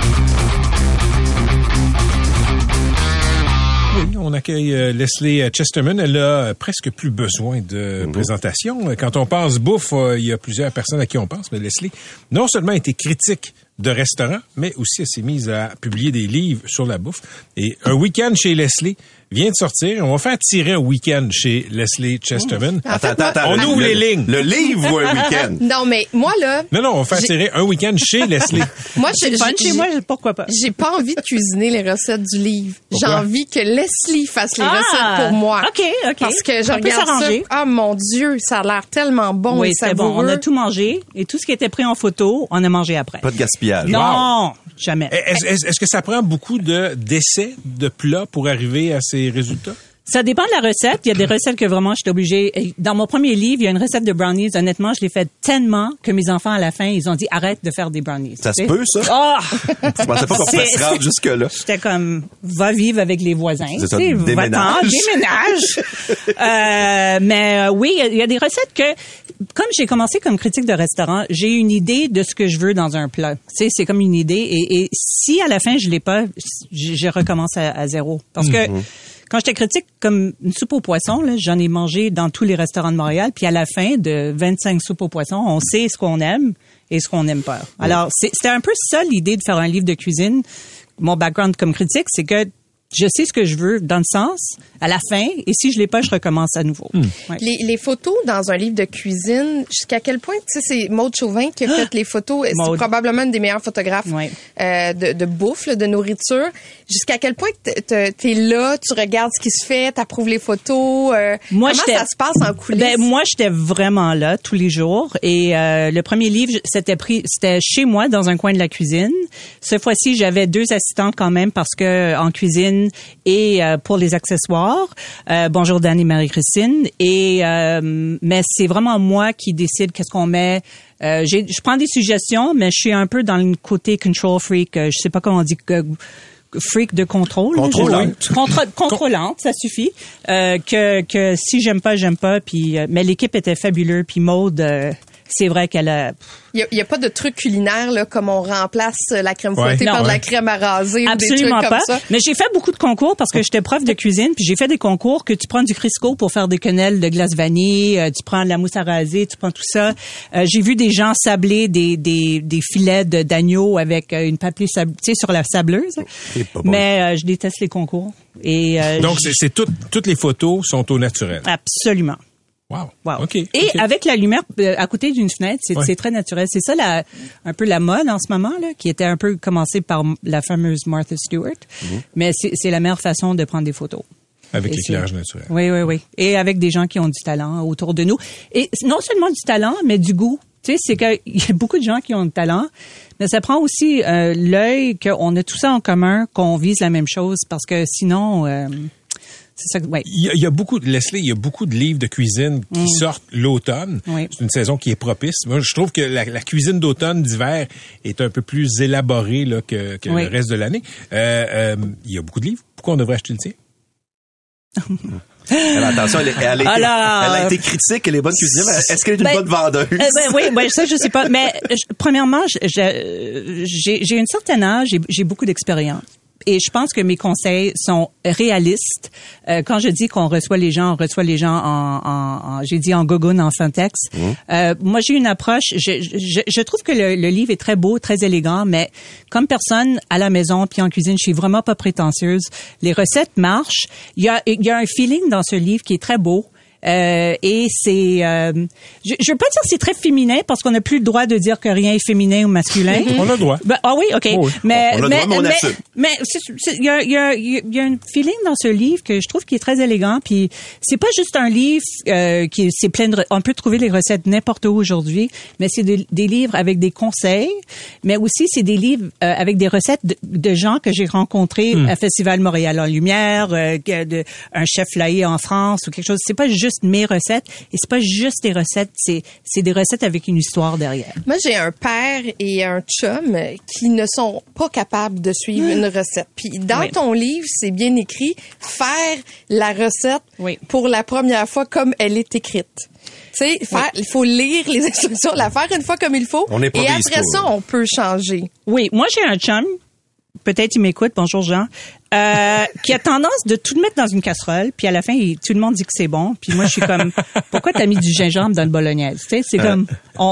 Oui, on accueille Leslie Chesterman. Elle a presque plus besoin de présentation. Quand on pense bouffe, il y a plusieurs personnes à qui on pense, mais Leslie, non seulement a été critique de restaurants, mais aussi elle s'est mise à publier des livres sur la bouffe. Et un week-end chez Leslie vient de sortir. On va faire tirer un week-end chez Leslie Chesterman. Attends. On ouvre les lignes. Le livre ou un week-end? Non, mais moi, là... Non, on va faire tirer un week-end chez Leslie. Moi, chez moi, pourquoi pas? J'ai pas envie de cuisiner les recettes du livre. Pourquoi? J'ai envie que Leslie fasse les recettes pour moi. OK. Parce que je regarde ça. Ah, mon Dieu, ça a l'air tellement bon et savoureux. Bon. On a tout mangé et tout ce qui était pris en photo, on a mangé après. Pas de gaspillage. Non, jamais. Est-ce que ça prend beaucoup d'essais de plats pour arriver à ces résultats? Ça dépend de la recette. Il y a des recettes que vraiment je suis obligée. Dans mon premier livre, il y a une recette de brownies. Honnêtement, je l'ai faite tellement que mes enfants, à la fin, ils ont dit arrête de faire des brownies. Ça se peut, ça? Oh! Je pensais pas qu'on pouvait se rendre jusque-là. J'étais comme, va vivre avec les voisins. C'est ça, déménage. Mais oui, il y a des recettes que, comme j'ai commencé comme critique de restaurant, j'ai une idée de ce que je veux dans un plat. C'est comme une idée. Et si à la fin, je l'ai pas, je recommence à zéro. Parce que, quand j'étais critique comme une soupe aux poissons, là, j'en ai mangé dans tous les restaurants de Montréal. Puis à la fin de 25 soupes aux poissons, on sait ce qu'on aime et ce qu'on n'aime pas. Alors, c'était un peu ça l'idée de faire un livre de cuisine. Mon background comme critique, c'est que je sais ce que je veux dans le sens, à la fin, et si je l'ai pas, je recommence à nouveau. Ouais. Les photos dans un livre de cuisine, jusqu'à quel point, tu sais, c'est Maude Chauvin qui a fait les photos, c'est probablement une des meilleures photographes de bouffe, là, de nourriture. Jusqu'à quel point t'es là, tu regardes ce qui se fait, t'approuves les photos, comment ça se passe en coulisses? Ben, moi, j'étais vraiment là tous les jours, et le premier livre, c'était chez moi, dans un coin de la cuisine. Cette fois-ci, j'avais 2 assistantes quand même, parce que en cuisine, et pour les accessoires. Bonjour Dan et Marie-Christine. Mais c'est vraiment moi qui décide qu'est-ce qu'on met. Je prends des suggestions, mais je suis un peu dans le côté control freak. Je sais pas comment on dit. Freak de contrôle. Contrôlante, ça suffit. Que si j'aime pas. Puis, mais l'équipe était fabuleuse. Puis Maude, c'est vrai qu'elle a... Il y a pas de truc culinaire là comme on remplace la crème fouettée par de la crème à raser ou des trucs comme ça. Mais j'ai fait beaucoup de concours parce que j'étais prof de cuisine, puis j'ai fait des concours que tu prends du Crisco pour faire des quenelles de glace vanille, tu prends de la mousse à raser, tu prends tout ça. J'ai vu des gens sabler des filets d'agneau avec une papier sablé, tu sais, sur la sableuse. Mais je déteste les concours. Et donc c'est toutes les photos sont au naturel. Absolument. Wow. Okay. Avec la lumière à côté d'une fenêtre, c'est très naturel. C'est ça un peu la mode en ce moment là, qui était un peu commencée par la fameuse Martha Stewart. Mais c'est la meilleure façon de prendre des photos. Avec l'éclairage naturel. Oui. Et avec des gens qui ont du talent autour de nous. Et non seulement du talent, mais du goût. Tu sais, c'est qu'il y a beaucoup de gens qui ont du talent, mais ça prend aussi l'œil qu'on a tout ça en commun, qu'on vise la même chose, parce que sinon... c'est ça, il y a beaucoup de Leslie, il y a beaucoup de livres de cuisine qui sortent l'automne. C'est une saison qui est propice. Moi, je trouve que la cuisine d'automne, d'hiver est un peu plus élaborée là, que le reste de l'année. Il y a beaucoup de livres. Pourquoi on devrait acheter le tien? Attention, elle a été critique, elle est bonne cuisinière. Est-ce qu'elle est une bonne vendeuse? Oui, ça, je sais pas. Mais premièrement, j'ai une certaine âge, j'ai beaucoup d'expérience. Et je pense que mes conseils sont réalistes. Quand je dis qu'on reçoit les gens, j'ai dit en gogoune, en syntaxe. Moi, j'ai une approche. Je trouve que le livre est très beau, très élégant, mais comme personne à la maison puis en cuisine, je suis vraiment pas prétentieuse. Les recettes marchent. Il y a un feeling dans ce livre qui est très beau. Et c'est, je veux pas dire que c'est très féminin parce qu'on n'a plus le droit de dire que rien est féminin ou masculin. On a le droit. Oui, OK. Oui. Mais il il y a un feeling dans ce livre que je trouve qui est très élégant. Puis c'est pas juste un livre c'est plein de, on peut trouver les recettes n'importe où aujourd'hui, mais c'est des livres avec des conseils, mais aussi c'est des livres avec des recettes de gens que j'ai rencontrés à Festival Montréal en Lumière, un chef laïé en France ou quelque chose. C'est pas juste mes recettes et c'est pas juste des recettes, c'est des recettes avec une histoire derrière. Moi, j'ai un père et un chum qui ne sont pas capables de suivre une recette. Puis dans ton livre, c'est bien écrit, faire la recette pour la première fois comme elle est écrite. Tu sais, il faut lire les instructions, la faire une fois comme il faut. Et après ça, on peut changer. Oui, moi, j'ai un chum, peut-être il m'écoute, bonjour Jean, qui a tendance de tout mettre dans une casserole, puis à la fin, tout le monde dit que c'est bon, puis moi, je suis comme, pourquoi t'as mis du gingembre dans le bolognaise? Tu sais, c'est comme,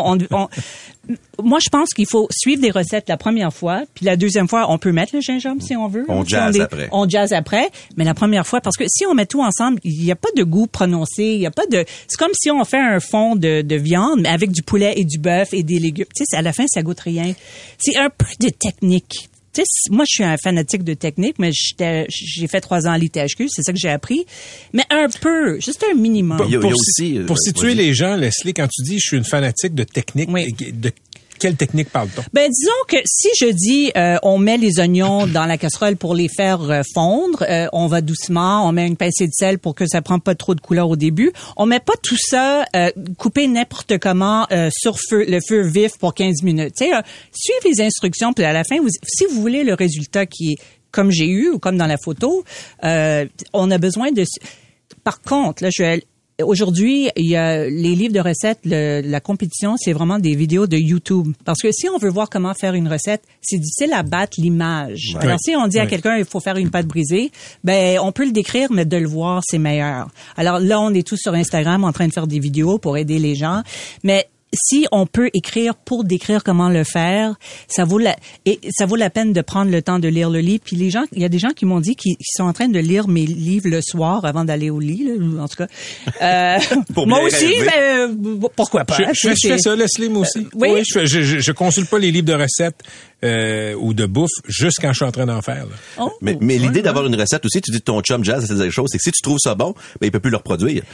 moi, je pense qu'il faut suivre des recettes la première fois, puis la deuxième fois, on peut mettre le gingembre si on veut. On jazz après. On jazz après, mais la première fois, parce que si on met tout ensemble, il n'y a pas de goût prononcé, il y a pas de... C'est comme si on fait un fond de viande, mais avec du poulet et du bœuf et des légumes. Tu sais, à la fin, ça goûte rien. C'est un peu de technique. Tu sais, moi, je suis un fanatique de technique, mais j'ai fait 3 ans à l'ITHQ, c'est ça que j'ai appris. Mais un peu, juste un minimum. Pour situer les gens, Leslie, quand tu dis je suis une fanatique de technique, de quelle technique parle-t-on? Ben, disons que si je dis on met les oignons dans la casserole pour les faire fondre, on va doucement, on met une pincée de sel pour que ça prenne pas trop de couleur au début. On met pas tout ça coupé n'importe comment sur le feu vif pour 15 minutes. Tu sais, suivez les instructions, puis à la fin, si vous voulez le résultat qui est comme j'ai eu ou comme dans la photo, on a besoin de... Par contre, là, aujourd'hui, il y a les livres de recettes, la compétition, c'est vraiment des vidéos de YouTube. Parce que si on veut voir comment faire une recette, c'est difficile à battre l'image. Alors, si on dit à quelqu'un, il faut faire une pâte brisée, ben, on peut le décrire, mais de le voir, c'est meilleur. Alors là, on est tous sur Instagram en train de faire des vidéos pour aider les gens. Mais si on peut écrire pour décrire comment le faire, ça vaut la peine de prendre le temps de lire le livre. Puis il y a des gens qui m'ont dit qu'ils sont en train de lire mes livres le soir avant d'aller au lit, là, en tout cas. Moi aussi, mais pourquoi pas? Je fais ça, Leslie, moi aussi. Oui, je consulte pas les livres de recettes ou de bouffe juste quand je suis en train d'en faire. Là. Mais l'idée d'avoir une recette aussi, tu dis ton chum jazz, c'est des choses, c'est que si tu trouves ça bon, ben il peut plus le reproduire.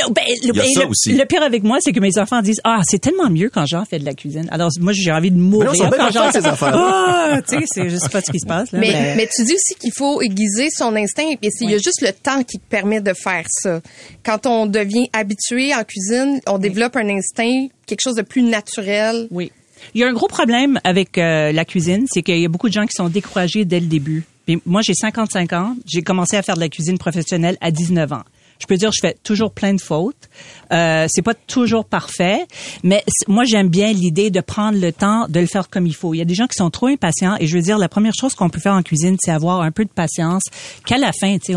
Le pire avec moi, c'est que mes enfants disent c'est tellement mieux quand Jean fait de la cuisine. Alors moi, j'ai envie de mourir quand Jean fait ces affaires. Tu sais, je sais pas ce qui se passe là. Mais tu dis aussi qu'il faut aiguiser son instinct. Et il y a juste le temps qui te permet de faire ça. Quand on devient habitué en cuisine, on développe un instinct, quelque chose de plus naturel. Oui. Il y a un gros problème avec la cuisine, c'est qu'il y a beaucoup de gens qui sont découragés dès le début. Puis moi, j'ai 55 ans. J'ai commencé à faire de la cuisine professionnelle à 19 ans. Je peux dire, je fais toujours plein de fautes. C'est pas toujours parfait, mais moi, j'aime bien l'idée de prendre le temps de le faire comme il faut. Il y a des gens qui sont trop impatients et je veux dire, la première chose qu'on peut faire en cuisine, c'est avoir un peu de patience. Qu'à la fin, tu sais,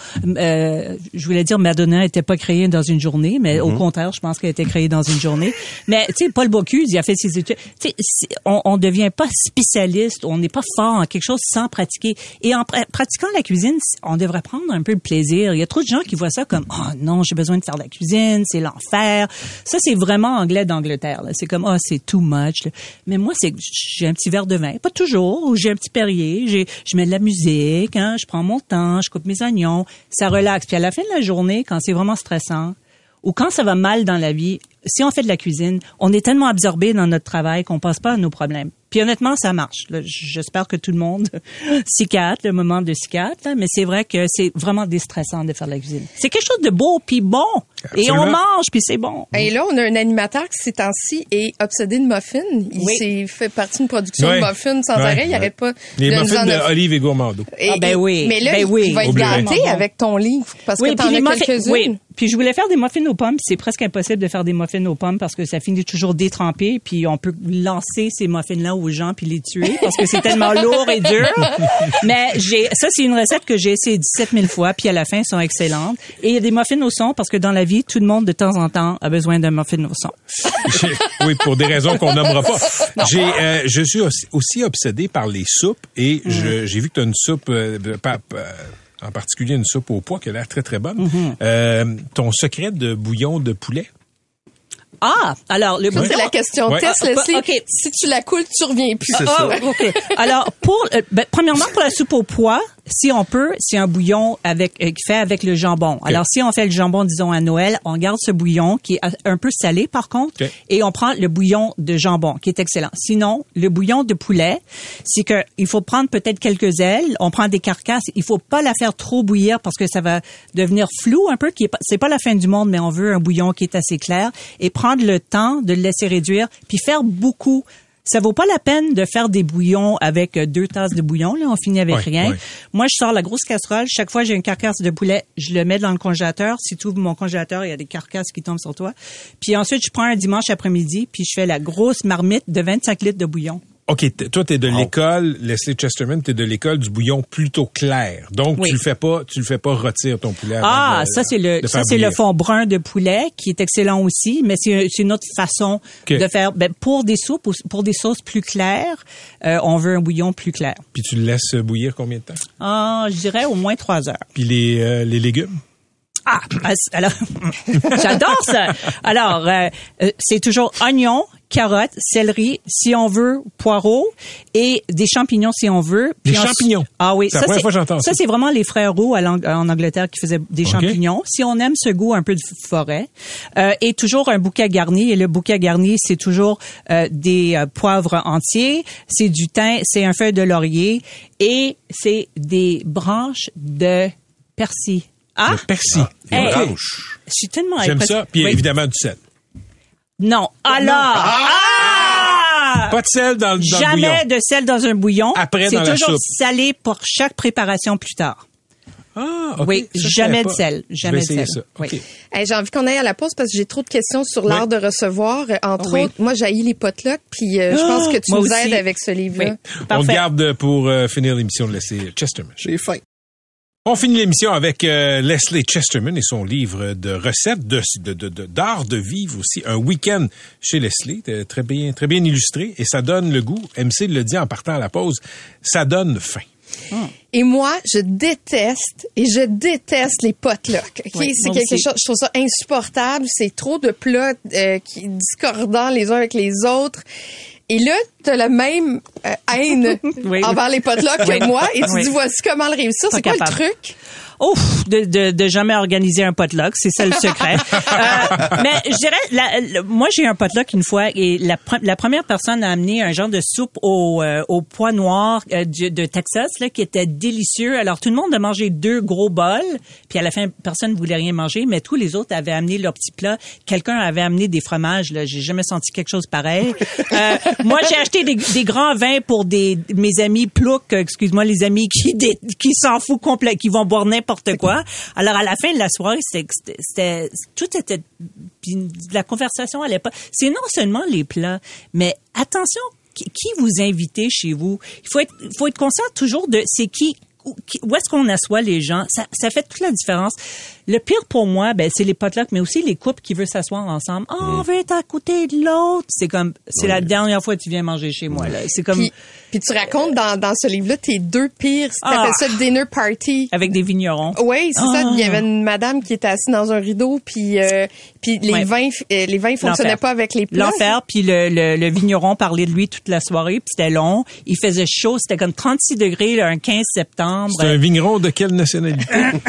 je voulais dire, Madonna n'était pas créée dans une journée, mais au contraire, je pense qu'elle a été créée dans une journée. Mais tu sais, Paul Bocuse, il a fait ses études. Tu sais, on devient pas spécialiste, on n'est pas fort en quelque chose sans pratiquer. Et en pratiquant la cuisine, on devrait prendre un peu de plaisir. Il y a trop de gens qui voient ça comme non, j'ai besoin de faire de la cuisine, c'est l'enfer. Ça, c'est vraiment anglais d'Angleterre. Là. C'est comme c'est too much. Là. Mais moi, j'ai un petit verre de vin, pas toujours, ou j'ai un petit Perrier, je mets de la musique, je prends mon temps, je coupe mes oignons, ça relaxe. Puis à la fin de la journée, quand c'est vraiment stressant, ou quand ça va mal dans la vie, si on fait de la cuisine, on est tellement absorbé dans notre travail qu'on pense pas à nos problèmes. Puis honnêtement, ça marche. Là, j'espère que tout le monde cicate, le moment de cicate, là, mais c'est vrai que c'est vraiment déstressant de faire de la cuisine. C'est quelque chose de beau puis bon. Absolument. Et on mange puis c'est bon. Et là, on a un animateur qui ces temps-ci est obsédé de muffins. Il s'est fait partie d'une production de muffins sans arrêt. Il n'arrête pas. Les muffins d'Olive et Gourmando. Mais là, il va être gâté avec ton livre parce que t'en as quelques-unes. Oui. Puis je voulais faire des muffins aux pommes. C'est presque impossible de faire des muffins aux pommes parce que ça finit toujours détrempé. Puis on peut lancer ces muffins-là aux gens puis les tuer parce que c'est tellement lourd et dur. Mais ça, c'est une recette que j'ai essayé 17 000 fois. Puis à la fin, elles sont excellentes. Et il y a des muffins au son parce que dans la vie, tout le monde, de temps en temps, a besoin d'un muffin au son. Oui, pour des raisons qu'on nommera pas. Je suis aussi obsédé par les soupes et j'ai vu que tu as une soupe... en particulier une soupe au pois qui a l'air très, très bonne. Ton secret de bouillon de poulet? Ah, alors le bouillon... C'est la question test, Leslie. Okay. Si tu la coules, tu reviens plus. C'est ça. Okay. Alors, premièrement, pour la soupe au pois, si on peut, c'est un bouillon fait avec le jambon. Okay. Alors, si on fait le jambon, disons, à Noël, on garde ce bouillon qui est un peu salé, par contre, et on prend le bouillon de jambon, qui est excellent. Sinon, le bouillon de poulet, c'est que il faut prendre peut-être quelques ailes, on prend des carcasses, il faut pas la faire trop bouillir parce que ça va devenir flou un peu, c'est pas la fin du monde, mais on veut un bouillon qui est assez clair, et prendre le temps de le laisser réduire, puis faire beaucoup. Ça vaut pas la peine de faire des bouillons avec 2 tasses de bouillon, là, on finit avec rien. Moi, je sors la grosse casserole, chaque fois j'ai une carcasse de poulet, je le mets dans le congélateur. Si tu ouvres mon congélateur, il y a des carcasses qui tombent sur toi. Puis ensuite, je prends un dimanche après-midi, puis je fais la grosse marmite de 25 litres de bouillon. OK, toi, t'es de l'école, Leslie Chesterman, t'es de l'école du bouillon plutôt clair. Donc, tu le fais pas rôtir ton poulet avant ça, c'est le fond brun de poulet, qui est excellent aussi, mais c'est une autre façon de faire. Pour des soupes, pour des sauces plus claires, on veut un bouillon plus clair. Puis tu le laisses bouillir combien de temps? Je dirais au moins 3 heures. Puis les légumes? Alors, j'adore ça. Alors, c'est toujours oignons, carottes, céleri, si on veut, poireaux, et des champignons si on veut. Des champignons? Ah oui. C'est la première fois que j'entends ça. Ça, c'est vraiment les frères Roux en Angleterre qui faisaient des champignons. Si on aime ce goût un peu de forêt. Et toujours un bouquet garni. Et le bouquet garni, c'est toujours des poivres entiers, c'est du thym, c'est un feuille de laurier, et c'est des branches de persil. Le persil. Je suis tellement J'aime ça. Puis évidemment du sel. Non. Alors. Pas de sel dans le bouillon. Jamais de sel dans un bouillon. Après, dans la soupe. C'est toujours salé pour chaque préparation plus tard. Ah, OK. Oui, ça, jamais de sel. Jamais de sel. Ça. Okay. Oui. Hey, j'ai envie qu'on aille à la pause parce que j'ai trop de questions sur l'art de recevoir. Entre autres, moi, j'haïs les potlucks, puis je pense que tu nous aides avec ce livre-là. Oui. On le garde pour finir l'émission de Leslie Chesterman. J'ai faim. On finit l'émission avec Leslie Chesterman et son livre de recettes d'art de vivre aussi. Un week-end chez Leslie, très bien illustré, et ça donne le goût. MC le dit en partant à la pause, ça donne faim. Et moi, je déteste les potlucks. Okay? C'est quelque chose, je trouve ça insupportable. C'est trop de plats qui discordants les uns avec les autres. Et là, t'as la même haine envers les potlucks que moi. Et tu dis, voici comment le réussir. C'est quoi le truc? Ouf, de jamais organiser un potluck, c'est ça le secret. Mais je dirais, moi j'ai eu un potluck une fois et la première personne a amené un genre de soupe au pois noir de Texas là qui était délicieux. Alors tout le monde a mangé 2 gros bols, puis à la fin personne ne voulait rien manger, mais tous les autres avaient amené leur petit plat. Quelqu'un avait amené des fromages là, j'ai jamais senti quelque chose pareil. Moi j'ai acheté des grands vins pour mes amis ploucs, excuse-moi les amis qui s'en foutent complet, qui vont boire n'importe quoi. Alors, à la fin de la soirée, tout était, puis la conversation allait pas. C'est non seulement les plats, mais attention, qui vous invitez chez vous? Il faut être conscient toujours de c'est qui, où est-ce qu'on assoit les gens. Ça fait toute la différence. Le pire pour moi, c'est les potlucks, mais aussi les couples qui veulent s'asseoir ensemble. Oh, on veut être à côté de l'autre. C'est comme, la dernière fois que tu viens manger chez moi, là. C'est comme. Puis tu racontes dans ce livre-là tes 2 pires, t'appelles ça dinner party. Avec des vignerons. Oui, c'est ça. Il y avait une madame qui était assise dans un rideau, puis les vins fonctionnaient pas avec les plats. L'enfer, puis le vigneron parlait de lui toute la soirée, puis c'était long. Il faisait chaud, c'était comme 36 degrés, là, un 15 septembre. C'est un vigneron de quelle nationalité?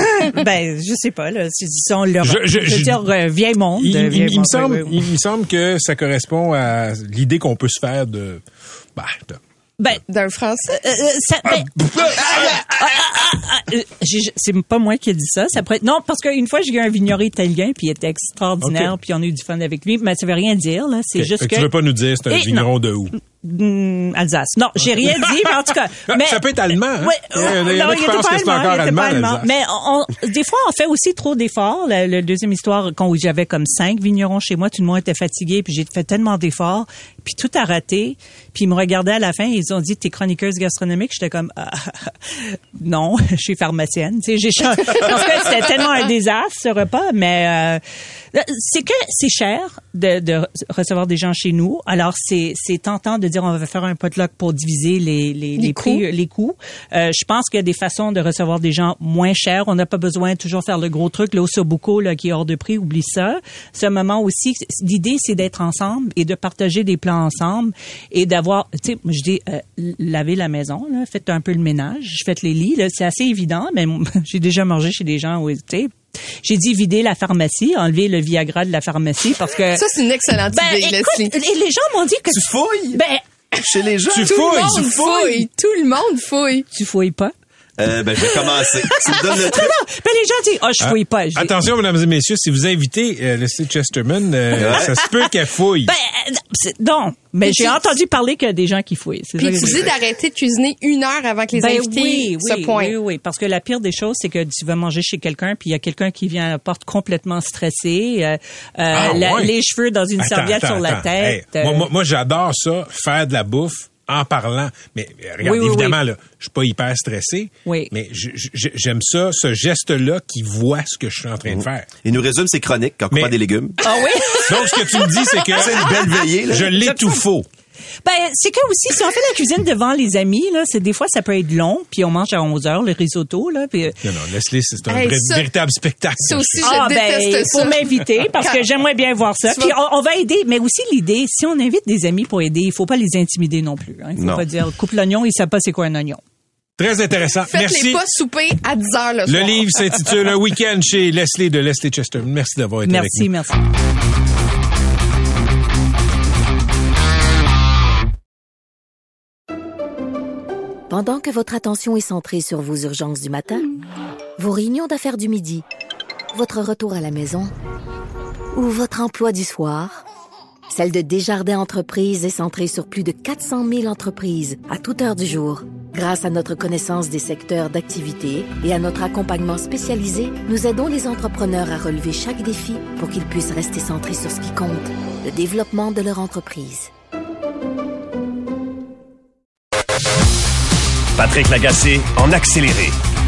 Je sais pas, là. Disons, je veux dire, vieil monde. Il me semble que ça correspond à l'idée qu'on peut se faire d'un Français. C'est pas moi qui ai dit ça. Non, parce qu'une fois, j'ai eu un vigneron italien, puis il était extraordinaire, puis on a eu du fun avec lui, mais ça veut rien dire, là. C'est juste que... Tu veux pas nous dire c'est un vigneron de où? Alsace. Non, j'ai rien dit, mais en tout cas. Mais, ça peut être allemand. Hein? Oui, il y en a qui pensent que c'est encore allemand. Mais des fois, on fait aussi trop d'efforts. La deuxième histoire, quand j'avais comme 5 vignerons chez moi, tout le monde était fatigué, puis j'ai fait tellement d'efforts, puis tout a raté. Puis ils me regardaient à la fin, ils ont dit, t'es chroniqueuse gastronomique. J'étais comme, non, je suis pharmacienne. Tu sais, parce que c'était tellement un désastre, ce repas, mais c'est que c'est cher de recevoir des gens chez nous. Alors, c'est tentant de dire on va faire un potluck pour diviser les prix, les coûts. Je pense qu'il y a des façons de recevoir des gens moins chers. On n'a pas besoin de toujours faire le gros truc, le ossobuco là qui est hors de prix, oublie ça. C'est un moment aussi, l'idée c'est d'être ensemble et de partager des plans ensemble et d'avoir, tu sais, je dis laver la maison, là, faites un peu le ménage, faites les lits, là, c'est assez évident, mais j'ai déjà mangé chez des gens où, tu sais, j'ai dit vider la pharmacie, enlever le Viagra de la pharmacie parce que ça c'est une excellente idée, Leslie. Les gens m'ont dit que tu fouilles. Chez les gens, tout le monde fouille. Tu fouilles pas? Je vais commencer. Tu me donnes le truc. Ben, les gens disent, je fouille pas. Attention, mesdames et messieurs, si vous invitez Leslie Chesterman, ça se peut qu'elle fouille. Non, mais j'ai entendu parler qu'il y a des gens qui fouillent. Puis tu dis d'arrêter de cuisiner 1 heure avant que les invités se pointent. Oui, parce que la pire des choses, c'est que tu vas manger chez quelqu'un, puis il y a quelqu'un qui vient à la porte complètement stressé, les cheveux dans une serviette sur la tête. Hey, moi, j'adore ça, faire de la bouffe en parlant. Mais regarde, évidemment, là, je suis pas hyper stressé, mais j'aime ça, ce geste-là qui voit ce que je suis en train de faire. Il nous résume ses chroniques quand on coupant des légumes. Ah oui? Donc, ce que tu me dis, c'est que c'est une belle veillée, là. Je l'étouffe. Ben, c'est que aussi, si on fait la cuisine devant les amis, là, des fois, ça peut être long, puis on mange à 11h, le risotto, là, puis... Non, Leslie, c'est un véritable spectacle. Ça aussi, je déteste ça. Faut m'inviter, parce que j'aimerais bien voir ça. Puis on va aider, mais aussi l'idée, si on invite des amis pour aider, il faut pas les intimider non plus. Hein. Il faut pas dire, coupe l'oignon, ils savent pas c'est quoi un oignon. Très intéressant. Faites-les pas souper à 10h le soir. Le livre s'intitule Un week-end chez Leslie de Leslie Chesterman. Merci d'avoir été avec nous. Merci. Pendant que votre attention est centrée sur vos urgences du matin, vos réunions d'affaires du midi, votre retour à la maison ou votre emploi du soir, celle de Desjardins Entreprises est centrée sur plus de 400 000 entreprises à toute heure du jour. Grâce à notre connaissance des secteurs d'activité et à notre accompagnement spécialisé, nous aidons les entrepreneurs à relever chaque défi pour qu'ils puissent rester centrés sur ce qui compte, le développement de leur entreprise. Patrick Lagacé en accéléré.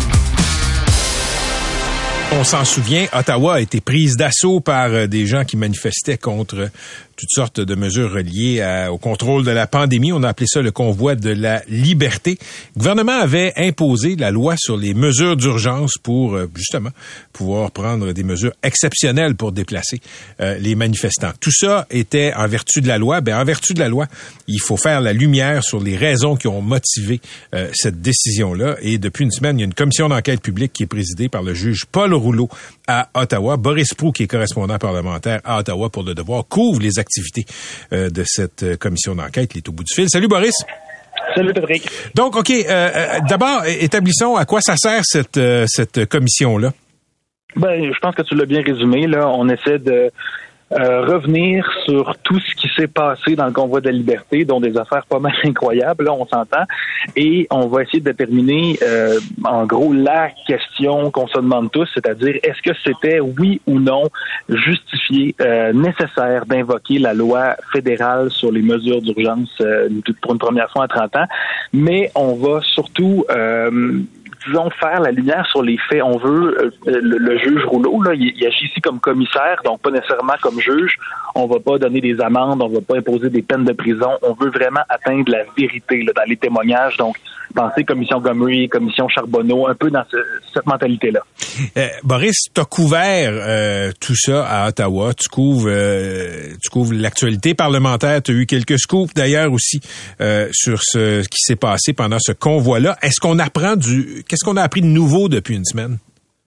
On s'en souvient, Ottawa a été prise d'assaut par des gens qui manifestaient contre toutes sortes de mesures reliées au contrôle de la pandémie. On a appelé ça le convoi de la liberté. Le gouvernement avait imposé la loi sur les mesures d'urgence pour, justement, pouvoir prendre des mesures exceptionnelles pour déplacer les manifestants. Tout ça était en vertu de la loi. En vertu de la loi, il faut faire la lumière sur les raisons qui ont motivé cette décision-là. Et depuis une semaine, il y a une commission d'enquête publique qui est présidée par le juge Paul Rouleau à Ottawa. Boris Proulx, qui est correspondant parlementaire à Ottawa pour Le Devoir, couvre les activités de cette commission d'enquête. Il est au bout du fil. Salut Boris. Salut Patrick. Donc, OK, d'abord, établissons à quoi ça sert cette commission-là. Je pense que tu l'as bien résumé. Là, on essaie de revenir sur tout ce qui s'est passé dans le convoi de la liberté, dont des affaires pas mal incroyables, là, on s'entend, et on va essayer de déterminer, en gros, la question qu'on se demande tous, c'est-à-dire, est-ce que c'était, oui ou non, justifié, nécessaire d'invoquer la loi fédérale sur les mesures d'urgence pour une première fois en 30 ans, mais on va surtout disons, faire la lumière sur les faits. On veut, le juge Rouleau, là, il agit ici comme commissaire, donc pas nécessairement comme juge. On va pas donner des amendes, on va pas imposer des peines de prison. On veut vraiment atteindre la vérité là, dans les témoignages. Donc, pensez commission Gomery, commission Charbonneau, un peu dans cette mentalité-là. Boris, tu as couvert tout ça à Ottawa. Tu couvres l'actualité parlementaire. Tu as eu quelques scoops d'ailleurs aussi sur ce qui s'est passé pendant ce convoi-là. Qu'est-ce qu'on a appris de nouveau depuis une semaine?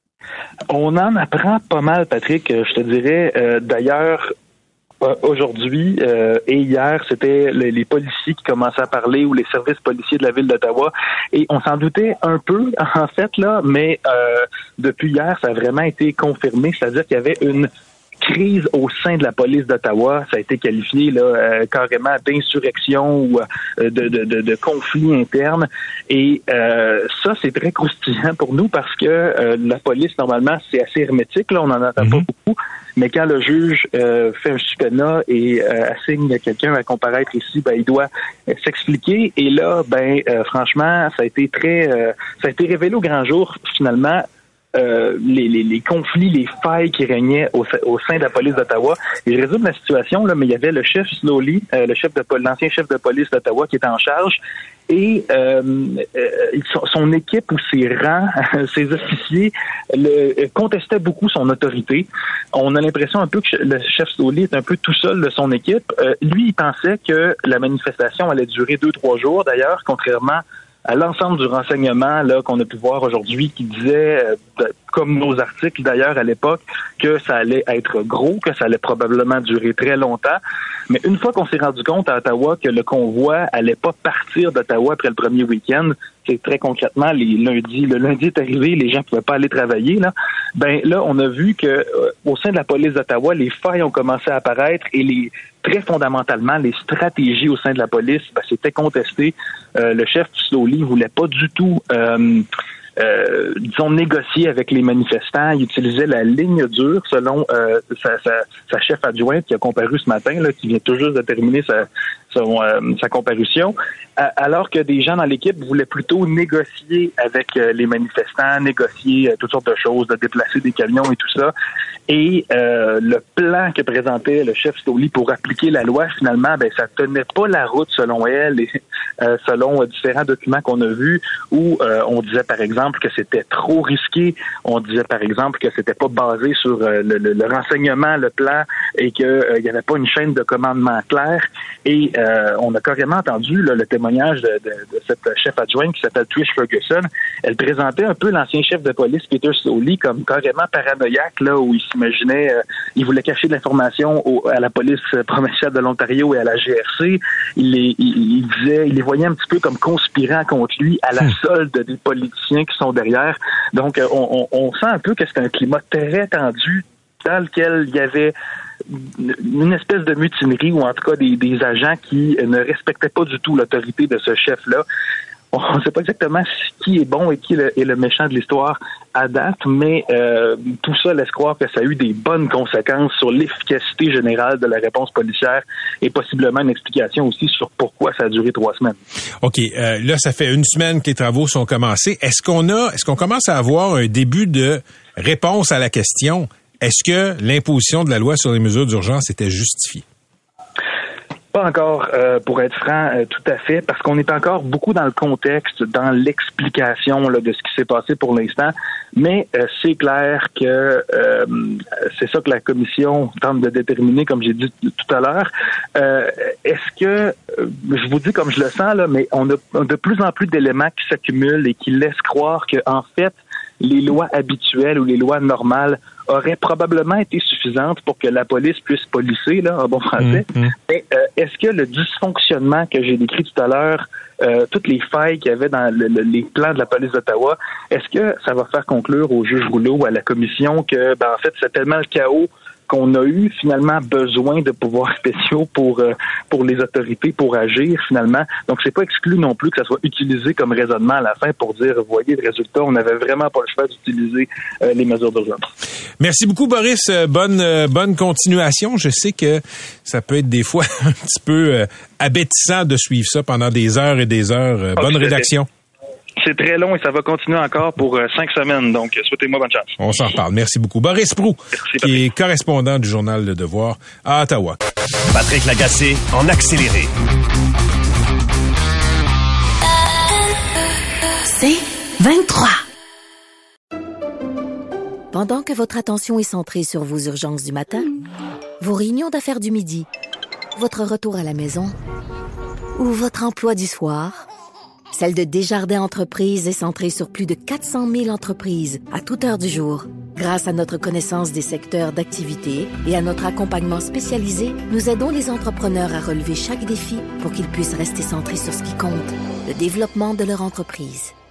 On en apprend pas mal, Patrick. Je te dirais, d'ailleurs, aujourd'hui et hier, c'était les policiers qui commençaient à parler ou les services policiers de la ville d'Ottawa. Et on s'en doutait un peu, en fait, là, mais depuis hier, ça a vraiment été confirmé. C'est-à-dire qu'il y avait une crise au sein de la police d'Ottawa. Ça a été qualifié là carrément d'insurrection ou de conflit interne. Et ça, c'est très croustillant pour nous parce que la police, normalement, c'est assez hermétique. Là, on n'en entend pas beaucoup. Mais quand le juge fait un subpoena et assigne quelqu'un à comparaître ici, il doit s'expliquer. Et là, franchement, ça a été révélé au grand jour, finalement. les conflits, les failles qui régnaient au sein de la police d'Ottawa. Et je résume la situation, là, mais il y avait le chef Slowly, l'ancien chef de police d'Ottawa qui était en charge, et son équipe ou ses rangs, ses officiers contestaient beaucoup son autorité. On a l'impression un peu que le chef Slowly est un peu tout seul de son équipe. Lui, il pensait que la manifestation allait durer 2-3 jours, d'ailleurs, contrairement à l'ensemble du renseignement là qu'on a pu voir aujourd'hui qui disait, comme nos articles d'ailleurs à l'époque, que ça allait être gros, que ça allait probablement durer très longtemps. Mais une fois qu'on s'est rendu compte à Ottawa que le convoi allait pas partir d'Ottawa après le premier week-end, c'est très concrètement le lundi est arrivé, les gens pouvaient pas aller travailler là. Ben là, on a vu que au sein de la police d'Ottawa, les failles ont commencé à apparaître et très fondamentalement, les stratégies au sein de la police, c'était contesté. Le chef Slowly voulait pas du tout négocier avec les manifestants. Il utilisait la ligne dure selon sa chef adjointe qui a comparu ce matin, là, qui vient tout juste de terminer sa comparution, alors que des gens dans l'équipe voulaient plutôt négocier avec les manifestants, négocier toutes sortes de choses, de déplacer des camions et tout ça. Et le plan que présentait le chef Slowly pour appliquer la loi, finalement, ça tenait pas la route selon elle et selon différents documents qu'on a vus où on disait par exemple que c'était trop risqué, on disait par exemple que c'était pas basé sur le renseignement, le plan et qu'il y avait pas une chaîne de commandement claire. Et on a carrément entendu le témoignage de cette chef adjointe qui s'appelle Trish Ferguson. Elle présentait un peu l'ancien chef de police Peter Slowly comme carrément paranoïaque, là où il s'imaginait, il voulait cacher de l'information à la police provinciale de l'Ontario et à la GRC. Il les voyait un petit peu comme conspirants contre lui à la solde des politiciens qui sont derrière. Donc on sent un peu que c'est un climat très tendu dans lequel il y avait une espèce de mutinerie ou en tout cas des agents qui ne respectaient pas du tout l'autorité de ce chef-là. On ne sait pas exactement qui est bon et qui est le méchant de l'histoire à date, mais tout ça laisse croire que ça a eu des bonnes conséquences sur l'efficacité générale de la réponse policière et possiblement une explication aussi sur pourquoi ça a duré 3 semaines. OK. Là, ça fait 1 semaine que les travaux sont commencés. Est-ce qu'on commence à avoir un début de réponse à la question? Est-ce que l'imposition de la loi sur les mesures d'urgence était justifiée? Pas encore, pour être franc, tout à fait, parce qu'on est encore beaucoup dans le contexte, dans l'explication là, de ce qui s'est passé pour l'instant, mais c'est clair que c'est ça que la commission tente de déterminer, comme j'ai dit tout à l'heure. Est-ce que, je vous dis comme je le sens, là, mais on a de plus en plus d'éléments qui s'accumulent et qui laissent croire que en fait, les lois habituelles ou les lois normales auraient probablement été suffisantes pour que la police puisse policer, là, en bon français. Mais est-ce que le dysfonctionnement que j'ai décrit tout à l'heure, toutes les failles qu'il y avait dans les plans de la police d'Ottawa, est-ce que ça va faire conclure au juge Rouleau ou à la commission que, en fait, c'est tellement le chaos qu'on a eu finalement besoin de pouvoirs spéciaux pour les autorités pour agir finalement. Donc c'est pas exclu non plus que ça soit utilisé comme raisonnement à la fin pour dire voyez le résultat, on n'avait vraiment pas le choix d'utiliser les mesures d'urgence. Merci beaucoup Boris, bonne continuation. Je sais que ça peut être des fois un petit peu abêtissant de suivre ça pendant des heures et des heures. Bonne rédaction. C'est très long et ça va continuer encore pour 5 semaines. Donc, souhaitez-moi bonne chance. On s'en reparle. Merci beaucoup. Boris Proulx, qui est correspondant du journal Le Devoir à Ottawa. Patrick Lagacé en accéléré. C'est 23. Pendant que votre attention est centrée sur vos urgences du matin, vos réunions d'affaires du midi, votre retour à la maison ou votre emploi du soir, celle de Desjardins Entreprises est centrée sur plus de 400 000 entreprises à toute heure du jour. Grâce à notre connaissance des secteurs d'activité et à notre accompagnement spécialisé, nous aidons les entrepreneurs à relever chaque défi pour qu'ils puissent rester centrés sur ce qui compte, le développement de leur entreprise.